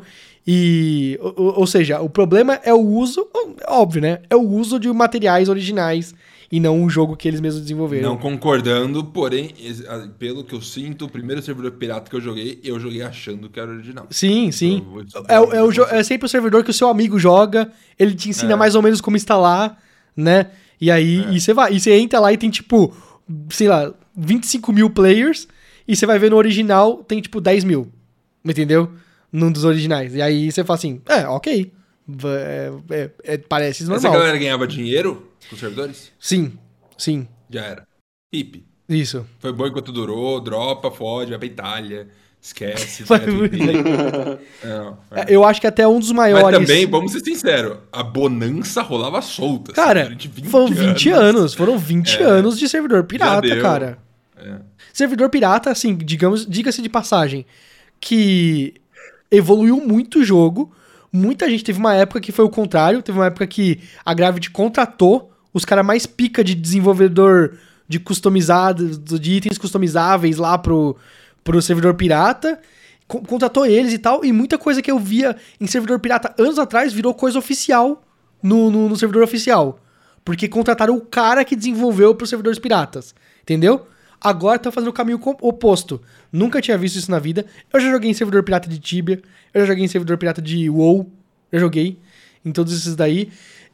E, ou, ou seja, o problema é o uso, óbvio, né? É o uso de materiais originais e não um jogo que eles mesmos desenvolveram. Não concordando, porém, pelo que eu sinto, o primeiro servidor pirata que eu joguei, eu joguei achando que era original. Sim, sim. Então, é, é, o, é sempre o servidor que o seu amigo joga, ele te ensina é. mais ou menos como instalar, né? E aí, é. e você vai, e você entra lá e tem, tipo, sei lá, vinte e cinco mil players, e você vai ver no original, tem, tipo, dez mil, entendeu? Num dos originais. E aí você fala assim, é, ok, é, é, é, parece normal. Essa galera ganhava dinheiro com os servidores? Sim, sim. Já era. Hippie. Isso. Foi bom enquanto durou, dropa, fode, vai pra Itália... Esquece. Foi muito é, é. Eu acho que até um dos maiores... Mas também, vamos ser sinceros, a bonança rolava solta. Cara, assim, vinte foram vinte anos. anos. Foram vinte é. anos de servidor pirata, cara. É. Servidor pirata, assim, digamos, diga-se de passagem, que evoluiu muito o jogo. Muita gente teve uma época que foi o contrário. Teve uma época que a Gravity contratou os caras mais pica de desenvolvedor de customizado, de itens customizáveis lá pro... pro servidor pirata, co- contratou eles e tal, e muita coisa que eu via em servidor pirata anos atrás virou coisa oficial no, no, no servidor oficial. Porque contrataram o cara que desenvolveu pros servidores piratas, entendeu? Agora tá fazendo o caminho oposto. Nunca tinha visto isso na vida. Eu já joguei em servidor pirata de Tibia, eu já joguei em servidor pirata de WoW, já joguei em todos esses daí.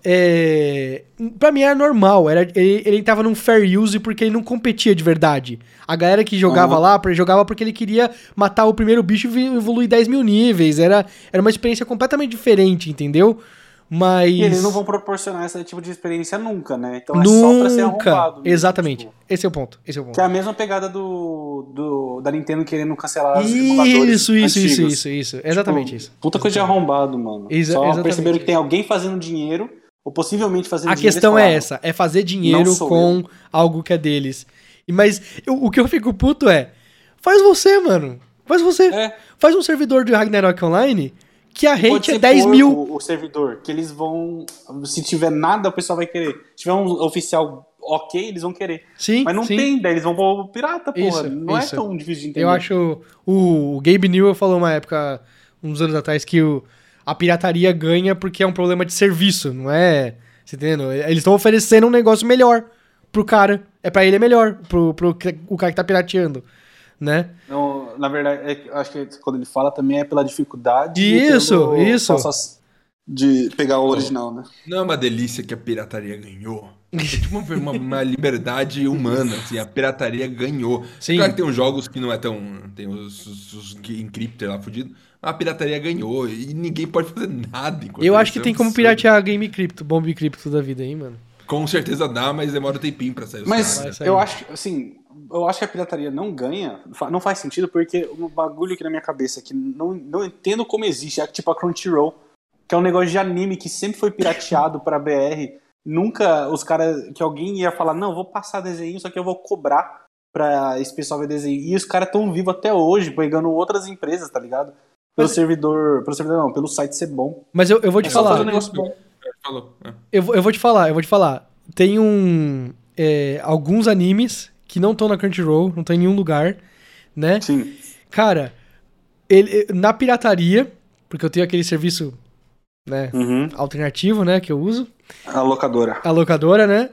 É... Pra mim era normal, era... ele, ele tava num fair use porque ele não competia de verdade. A galera que jogava uhum. lá, jogava porque ele queria matar o primeiro bicho e evoluir dez mil níveis. Era, era uma experiência completamente diferente, entendeu? Mas... E eles não vão proporcionar esse tipo de experiência nunca, né? Então é nunca. só pra ser arrombado. Mesmo, exatamente. Tipo... Esse é o ponto. Esse é o ponto. Que é a mesma pegada do, do da Nintendo querendo cancelar os emuladores Isso, isso, antigos. isso, isso, isso. Exatamente tipo, isso. Puta coisa de arrombado, mano. Exa- só exatamente perceberam isso. que tem alguém fazendo dinheiro, ou possivelmente fazendo a dinheiro. A questão falaram, é essa, é fazer dinheiro com eu. algo que é deles. Mas eu, o que eu fico puto é, faz você, mano. Faz você. É. Faz um servidor de Ragnarok Online que a rate é dez mil. O, o servidor, que eles vão... Se tiver nada, o pessoal vai querer. Se tiver um oficial ok, eles vão querer. Sim, Mas não sim. tem, daí eles vão pro pirata, porra. Isso, não isso. é tão difícil de entender. Eu acho... O, o Gabe Newell falou uma época, uns anos atrás, que o, a pirataria ganha porque é um problema de serviço, não é... Você entendendo? Eles estão oferecendo um negócio melhor pro cara. É pra ele é melhor, pro, pro o cara que tá pirateando, né? Não, na verdade, é, acho que quando ele fala também é pela dificuldade. Isso, pelo, isso. De pegar o original, né? Não é uma delícia que a pirataria ganhou. É tipo uma, uma, uma liberdade humana, assim, a pirataria ganhou. Sim. Claro que tem uns jogos que não é tão... Tem os, os, os encrypter lá fudido, mas a pirataria ganhou e ninguém pode fazer nada enquanto Eu acho isso, que é tem um como absurdo. piratear a Game Crypto, Bomb Crypto da vida aí, mano. Com certeza dá, mas demora um tempinho pra sair os Mas caras. sair. eu acho, assim, eu acho que a pirataria não ganha, fa- não faz sentido, porque um bagulho aqui na minha cabeça que não, não entendo como existe, é tipo a Crunchyroll, que é um negócio de anime que sempre foi pirateado pra B R. Nunca os caras, que alguém ia falar, não, vou passar desenho, só que eu vou cobrar pra esse pessoal ver desenho. E os caras tão vivos até hoje, pegando outras empresas, tá ligado? Pelo Mas- servidor, pelo servidor não, pelo site ser bom. Mas eu, eu vou te É só fazer falar. um negócio bom. Falou. É. Eu, vou- eu vou te falar, eu vou te falar. Tem um. é, alguns animes que não estão na Crunchyroll, não estão em nenhum lugar, né? Sim. Cara, ele, na pirataria, porque eu tenho aquele serviço, né, Uhum. alternativo, né, que eu uso, A locadora. a locadora, né?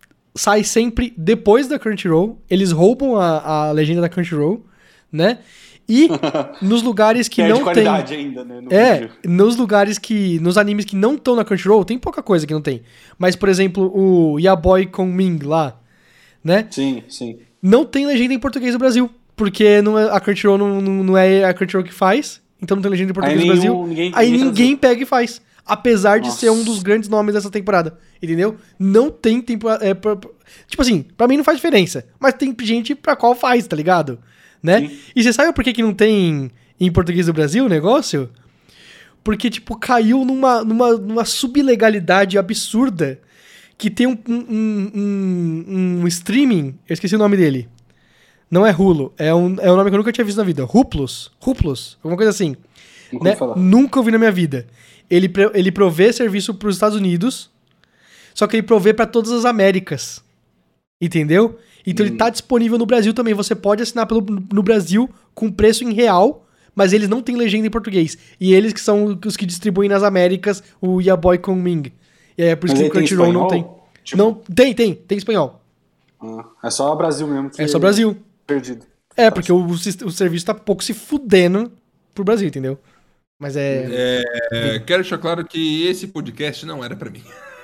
Sai sempre depois da Crunchyroll. Eles roubam a, a legenda da Crunchyroll, né? E nos lugares que Que é não de tem. qualidade ainda, né? No É, vídeo. nos lugares que. Nos animes que não estão na Crunchyroll, tem pouca coisa que não tem. Mas, por exemplo, o Yaboy Ming lá, né? Sim, sim. Não tem legenda em português no Brasil. Porque não é, a Crunchyroll não, não, não é a Crunchyroll que faz. Então não tem legenda em português Aí no nenhum- Brasil. ninguém- Aí ninguém ninguém traduziu. pega e faz. Apesar de Nossa. ser um dos grandes nomes dessa temporada. Entendeu? Não tem temporada. É, pra- pra- tipo assim, pra mim não faz diferença. Mas tem gente pra qual faz, tá ligado? Né? Sim. E você sabe por que, que não tem em português do Brasil o negócio? Porque, tipo, caiu numa, numa, numa subilegalidade absurda que tem um, um, um, um streaming, eu esqueci o nome dele. Não é Hulu, é um, é um nome que eu nunca tinha visto na vida. Ruplus? Ruplus? Alguma coisa assim. Nunca Né? ouvi falar. Nunca ouvi na minha vida. Ele, pre- ele provê serviço pros Estados Unidos, só que ele provê pra todas as Américas. Entendeu? Então ele tá disponível no Brasil também. Você pode assinar pelo, no Brasil com preço em real, mas eles não têm legenda em português. E eles que são os que distribuem nas Américas o Yaboy Ming. E aí é por isso Mas que aí o tem Crunchyroll não tem. espanhol? Tipo- Não, tem, tem, tem espanhol. Ah, é só o Brasil mesmo. Que É só Brasil. Perdido. É, porque o, sis- o serviço tá pouco se fudendo pro Brasil, entendeu? Mas é. É, quero deixar claro que esse podcast não era pra mim.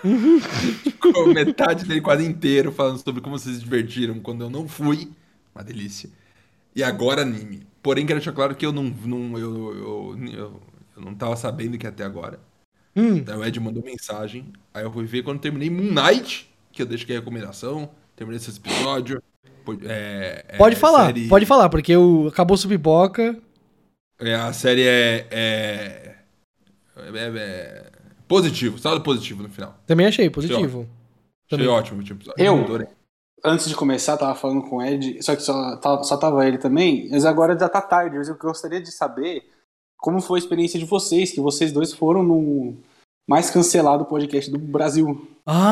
Ficou metade dele quase inteiro falando sobre como vocês se divertiram quando eu não fui. Uma delícia. E agora anime. Porém, quero deixar claro que eu não, não, eu, eu, eu, eu não tava sabendo que ia até agora. Hum. Daí o Ed mandou mensagem. Aí eu fui ver quando terminei Moon Knight, que eu deixo aqui a recomendação. Terminei esse episódio. É, é, Pode falar, série- pode falar, porque o acabou o pipoca. É, a série é, é, é, é positivo, saldo positivo no final. Também achei positivo. Achei Também. ótimo o último episódio. Eu? Adorei. Antes de começar, tava falando com o Ed, só que só, tá- só tava ele também, mas agora já tá tarde. Mas eu gostaria de saber como foi a experiência de vocês, que vocês dois foram no mais cancelado podcast do Brasil.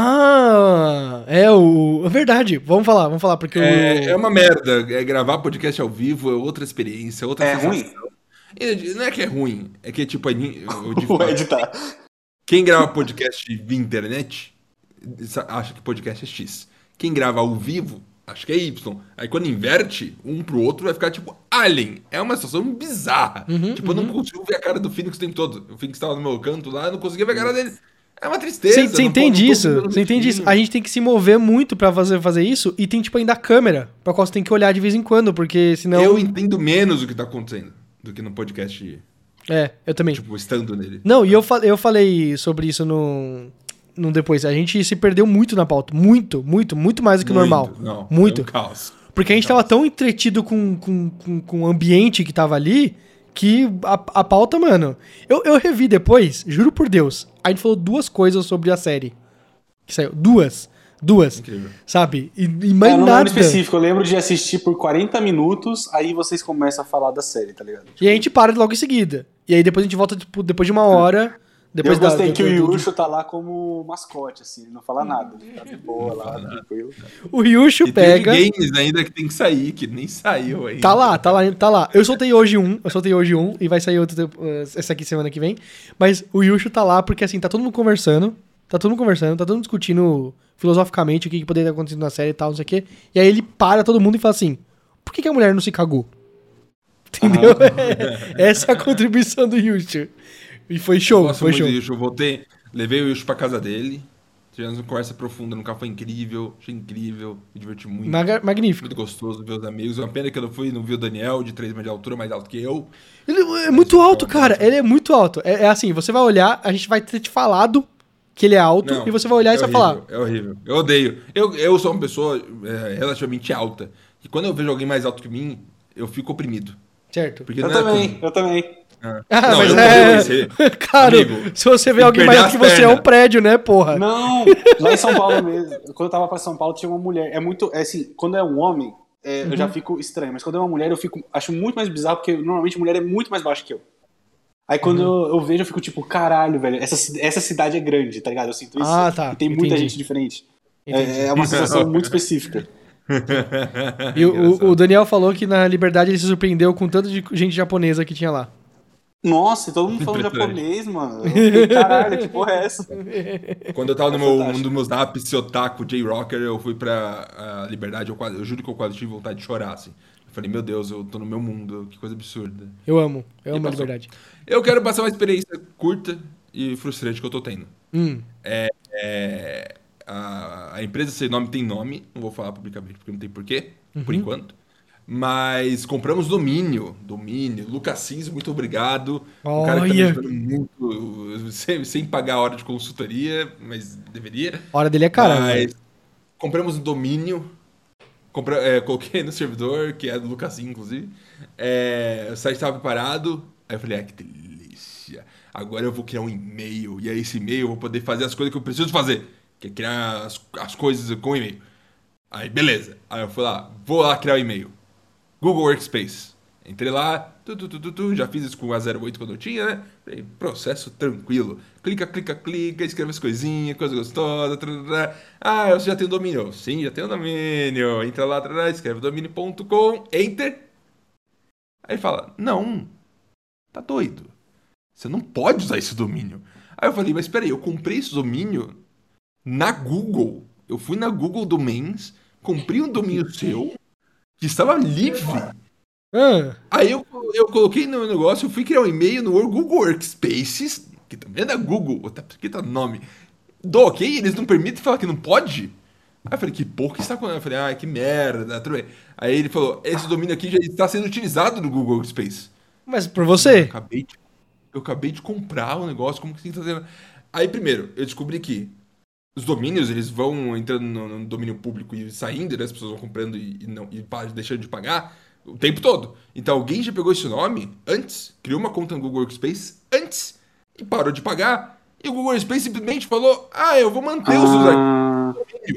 Ah, é o. É verdade. Vamos falar, vamos falar, porque É, o. é uma merda. É, gravar podcast ao vivo é outra experiência, outra É sensação. ruim? E não é que é ruim, é que tipo, eu, eu, de O fato, Ed tá. quem grava podcast via internet acha que podcast é X. Quem grava ao vivo acha que é Y. Aí quando inverte, um pro outro vai ficar tipo Alien. É uma situação bizarra. Uhum, tipo, eu não consigo ver a cara do Phoenix o tempo todo. O Phoenix tava no meu canto lá, eu não conseguia ver a cara dele. É uma tristeza. Você você não entende tô- não tô isso? vendo Você entende isso? juntinho. A gente tem que se mover muito pra fazer, fazer isso e tem, tipo, ainda a câmera, pra qual você tem que olhar de vez em quando, porque senão. Eu entendo menos o que tá acontecendo do que no podcast, É, eu também. tipo, estando nele. Não, e eu, fa- eu falei sobre isso no, no depois. A gente se perdeu muito na pauta. Muito, muito, muito mais do que o Muito, normal. Não, Muito. É um caos. Porque a gente tava tão entretido com, com, com, com o ambiente que tava ali que a, a pauta, mano. Eu, eu revi depois, juro por Deus. A gente falou duas coisas sobre a série. Que saiu. Duas. Duas. Incrível. Sabe? E, e mais É, não nada. lembro específico, eu lembro de assistir por quarenta minutos, aí vocês começam a falar da série, tá ligado? E a gente para logo em seguida. E aí depois a gente volta, tipo, depois de uma hora. Depois eu gostei da, que do- o do- Yusho tá lá como mascote, assim, ele não fala nada, ele tá de boa lá, tranquilo. O Ryushu E pega. tem games ainda que tem que sair, que nem saiu ainda. Tá lá, tá lá, tá lá. Eu soltei hoje um, eu soltei hoje um, e vai sair outro uh, essa aqui semana que vem. Mas o Yushu tá lá porque, assim, tá todo mundo conversando, tá todo mundo conversando, tá todo mundo discutindo filosoficamente o que, que poderia ter acontecido na série e tal, não sei o quê. E aí ele para todo mundo e fala assim, por que, que a mulher não se cagou? Entendeu? Ah. Essa é a contribuição do Yushu. E foi show, eu foi muito show. Do Yushu. Eu voltei, levei o Yushu pra casa dele. Tivemos uma conversa profunda no carro, foi incrível, achei incrível, me diverti muito. Mag magnífico. Muito gostoso ver os amigos. Uma pena que eu não fui, não vi o Daniel, de três metros de altura, mais alto que eu. Ele é muito alto, cara. Ele é muito alto. É, é assim, você vai olhar, a gente vai ter te falado que ele é alto, não, e você vai olhar é e você horrível, vai falar. É horrível, eu odeio. Eu, eu sou uma pessoa é, relativamente alta. E quando eu vejo alguém mais alto que mim, eu fico oprimido. Certo. Porque eu também, é eu também. Ah, ah não, mas é... Cara, amigo, se você vê alguém mais alto que você, é um prédio, né, porra? Não, lá em São Paulo mesmo. Quando eu tava pra São Paulo, tinha uma mulher. É muito, é assim, quando é um homem, é, uhum. eu já fico estranho. Mas quando é uma mulher, eu fico, acho muito mais bizarro, porque normalmente mulher é muito mais baixa que eu. Aí quando uhum. eu, eu vejo, eu fico tipo, caralho, velho, essa, essa cidade é grande, tá ligado? Eu sinto isso. Ah, tá. E tem muita Entendi. gente diferente. É, é uma sensação muito específica. E o, o Daniel falou que na Liberdade ele se surpreendeu com tanto de gente japonesa que tinha lá. Nossa, todo mundo falando japonês, mano. Fiquei, caralho, que porra é essa? Quando eu tava no meu, um dos meus apps, Otaku, J-Rocker, eu fui pra Liberdade, eu, quase, eu juro que eu quase tive vontade de chorar, assim. Eu falei, meu Deus, eu tô no meu mundo, que coisa absurda. Eu amo, eu e amo a Liberdade. Eu quero passar uma experiência curta e frustrante que eu tô tendo. Hum. É, é, a, a empresa sem nome tem nome, não vou falar publicamente porque não tem porquê, uhum. por enquanto. Mas compramos domínio, domínio, Lucas Sims, muito obrigado. Oh, o cara que tá yeah. me ajudando muito, sem, sem pagar a hora de consultoria, mas deveria. A hora dele é cara. Mas né? compramos um domínio, compra, é, coloquei no servidor, que é do Lucas Sims, inclusive. É, o site estava preparado, aí eu falei, ah, que delícia. Agora eu vou criar um e-mail, e aí esse e-mail eu vou poder fazer as coisas que eu preciso fazer, que é criar as, as coisas com e-mail. Aí, beleza. Aí eu fui lá, vou lá criar o e-mail. Google Workspace. Entrei lá, tu, tu, tu, tu, tu, já fiz isso com a zero oito quando eu tinha, né? Falei, processo tranquilo. Clica, clica, clica, escreve as coisinhas, coisa gostosa. Tra, tra, tra. Ah, eu já tenho domínio. Sim, já tenho domínio. Entra lá, tra, tra, escreve domínio ponto com, enter. Aí fala, não, tá doido. Você não pode usar esse domínio. Aí eu falei, mas peraí, eu comprei esse domínio na Google. Eu fui na Google Domains, comprei um domínio seu, que estava livre. Ah. Aí eu, eu coloquei no negócio, eu fui criar um e-mail no Google Workspaces, que também é da Google, até porque tá no nome. Dou ok, eles não permitem falar que não pode? Aí eu falei, que porra que está acontecendo? Eu falei, ah, que merda, tudo bem. Aí ele falou, esse domínio aqui já está sendo utilizado no Google Workspace. Mas por você? Eu acabei de, eu acabei de comprar o negócio, como que você está fazendo? Aí primeiro, eu descobri que os domínios, eles vão entrando no, no domínio público e saindo, né? As pessoas vão comprando e, e, não, e deixando de pagar o tempo todo. Então alguém já pegou esse nome antes, criou uma conta no Google Workspace antes e parou de pagar. E o Google Workspace simplesmente falou, ah, eu vou manter os seus arquivos.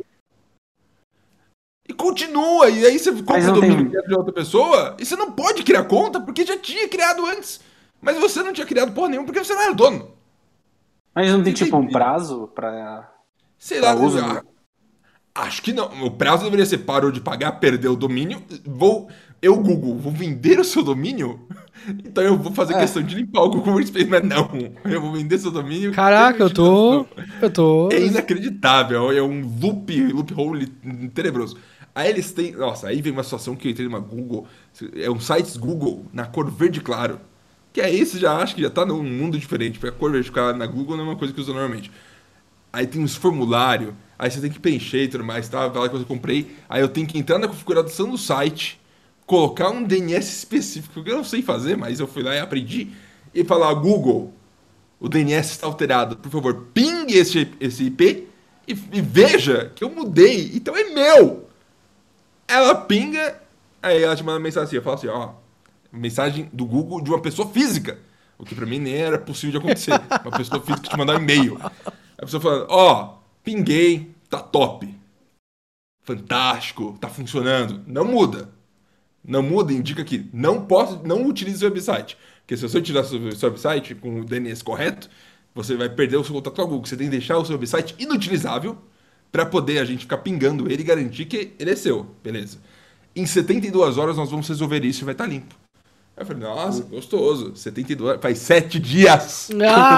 E continua. E aí você compra o domínio tem... de outra pessoa e você não pode criar conta porque já tinha criado antes. Mas você não tinha criado porra nenhuma porque você não era dono. Mas não tem tipo um prazo pra... Sei lá, uso, ah, acho que não. O prazo deveria ser parou de pagar, perdeu o domínio. Vou, eu, Google, vou vender o seu domínio? Então eu vou fazer é. questão de limpar o Google Workspace, mas não. Eu vou vender seu domínio. Caraca, eu tô. Eu tô. É inacreditável. É um loop, loophole tenebroso. Aí eles têm. Nossa, aí vem uma situação que eu entrei numa Google. É um site Google na cor verde claro. Que é esse, já acho que já tá num mundo diferente. Porque a cor verde claro na Google não é uma coisa que eu uso normalmente. Aí tem uns formulários, aí você tem que preencher e tudo mais, tá? Vai lá que eu comprei. Aí eu tenho que entrar na configuração do site, colocar um D N S específico, que eu não sei fazer, mas eu fui lá e aprendi. E falar, Google, o D N S está alterado. Por favor, ping esse, esse I P e, e veja que eu mudei. Então é meu. Ela pinga, aí ela te manda uma mensagem assim. Eu falo assim, ó, mensagem do Google de uma pessoa física. O que pra mim nem era possível de acontecer. Uma pessoa física te mandar um e-mail. A pessoa falando, ó, oh, pinguei, tá top. Fantástico, tá funcionando. Não muda. Não muda, indica que não posso, não utilize o seu website. Porque se você utilizar o seu website com o D N S correto, você vai perder o seu contato com a Google. Você tem que deixar o seu website inutilizável para poder a gente ficar pingando ele e garantir que ele é seu. Beleza. Em setenta e duas horas nós vamos resolver isso e vai estar limpo. Aí eu falei, nossa, gostoso. setenta e duas horas, faz sete dias.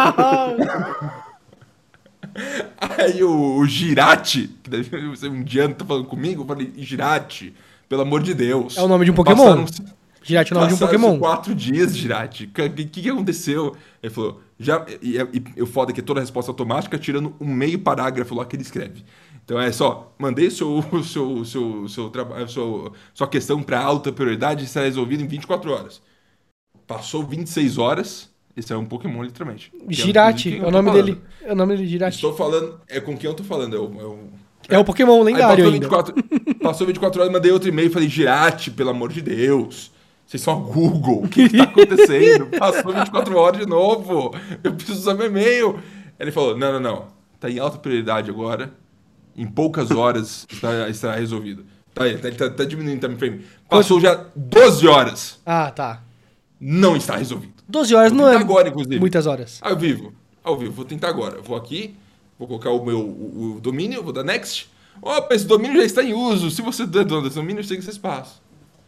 Aí o, o Girati, que deve ser um indiano, tá falando comigo, eu falei, Girati, pelo amor de Deus. É o nome de um Pokémon? Passaram, Girate é o nome de um Passaram Pokémon. quatro dias, Girate. O que, que, que aconteceu? Ele falou, já, e, e, e o foda é que é toda a resposta automática, tirando um meio parágrafo lá que ele escreve. Então é só, mandei seu, seu, seu, seu trabalho, seu, sua questão para alta prioridade e será resolvida em vinte e quatro horas. Passou vinte e seis horas, esse é um Pokémon, literalmente. Girate, é o nome dele. É o nome dele, Girate. Estou falando, é com quem eu tô falando, é o... É o, é o Pokémon lendário passou ainda. vinte e quatro, passou vinte e quatro horas, mandei outro e-mail e falei, Girate, pelo amor de Deus... Vocês são a Google, o que, que tá acontecendo? Passou vinte e quatro horas de novo, eu preciso usar meu e-mail. Ele falou, não, não, não, tá em alta prioridade agora, em poucas horas estará, estará resolvido. Tá, ele tá, tá, tá diminuindo o time frame. Passou já doze horas. Ah, tá. Não está resolvido. doze horas vou não é agora, inclusive. Muitas horas. Ao vivo, ao vivo, vou tentar agora. Eu vou aqui, vou colocar o meu o, o domínio, vou dar next. Opa, esse domínio já está em uso, se você é dono desse domínio, segue esse espaço.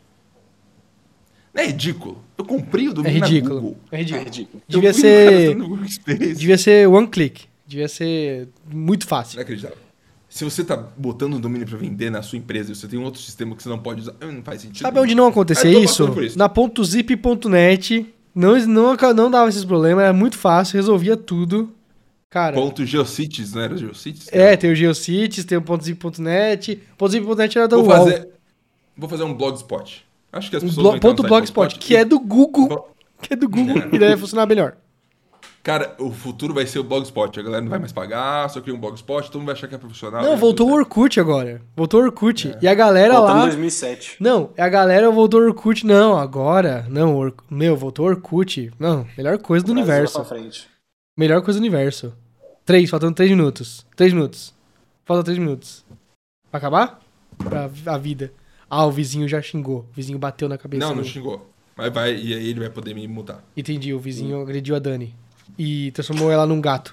Não é ridículo? Eu comprei o domínio é ridículo. na Google. É ridículo. É ridículo. Devia ser... Devia ser one click. Devia ser muito fácil. Inacreditável. Se você tá botando um domínio pra vender na sua empresa e você tem um outro sistema que você não pode usar, não faz sentido. Sabe onde não acontecia isso? isso? Na ponto zip ponto net. Não, não, não dava esses problemas, era muito fácil, resolvia tudo. Cara... Ponto Geocities, não era Geocities? É, tem o Geocities, tem o ponto zip ponto net. ponto zip ponto net era da vou U O L. Fazer, vou fazer um blogspot. Acho que as um pessoas blo- vão entrar ponto no blogspot, que é do Google. Que é do Google e deve funcionar melhor. Cara, o futuro vai ser o blogspot. A galera não vai mais pagar, só cria um blogspot, todo mundo vai achar que é profissional. Não, voltou o Orkut agora. Voltou o Orkut. É. E a galera Voltando lá... em dois mil e sete. Não, a galera voltou o Orkut. Não, agora... Não, Or... meu, voltou o Orkut. Não, melhor coisa do Brasil universo. pra frente. Melhor coisa do universo. Três, faltando três minutos. Três minutos. Faltam três minutos. Pra acabar? Pra a vida. Ah, o vizinho já xingou. O vizinho bateu na cabeça. Não, não do... xingou. Mas vai, e aí ele vai poder me mutar. Entendi, o vizinho agrediu a Dani. E transformou ela num gato.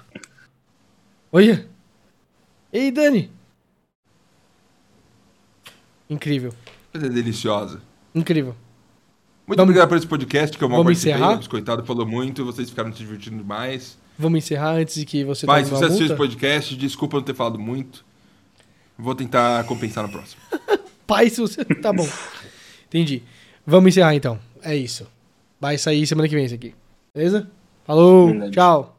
Olha! Ei, Dani! Incrível. Coisa é deliciosa. Incrível. Muito Vamos- obrigado por esse podcast, que eu mal Vamos participei. encerrar? O Biscoitado falou muito, vocês ficaram se divertindo demais. Vamos encerrar antes de que você Pai, se tome você uma assistiu multa? esse podcast, desculpa não ter falado muito. Vou tentar compensar no próximo. Pai, se você... Tá bom. Entendi. Vamos encerrar então. É isso. Vai sair semana que vem isso aqui. Beleza? Falou, Verdade. tchau.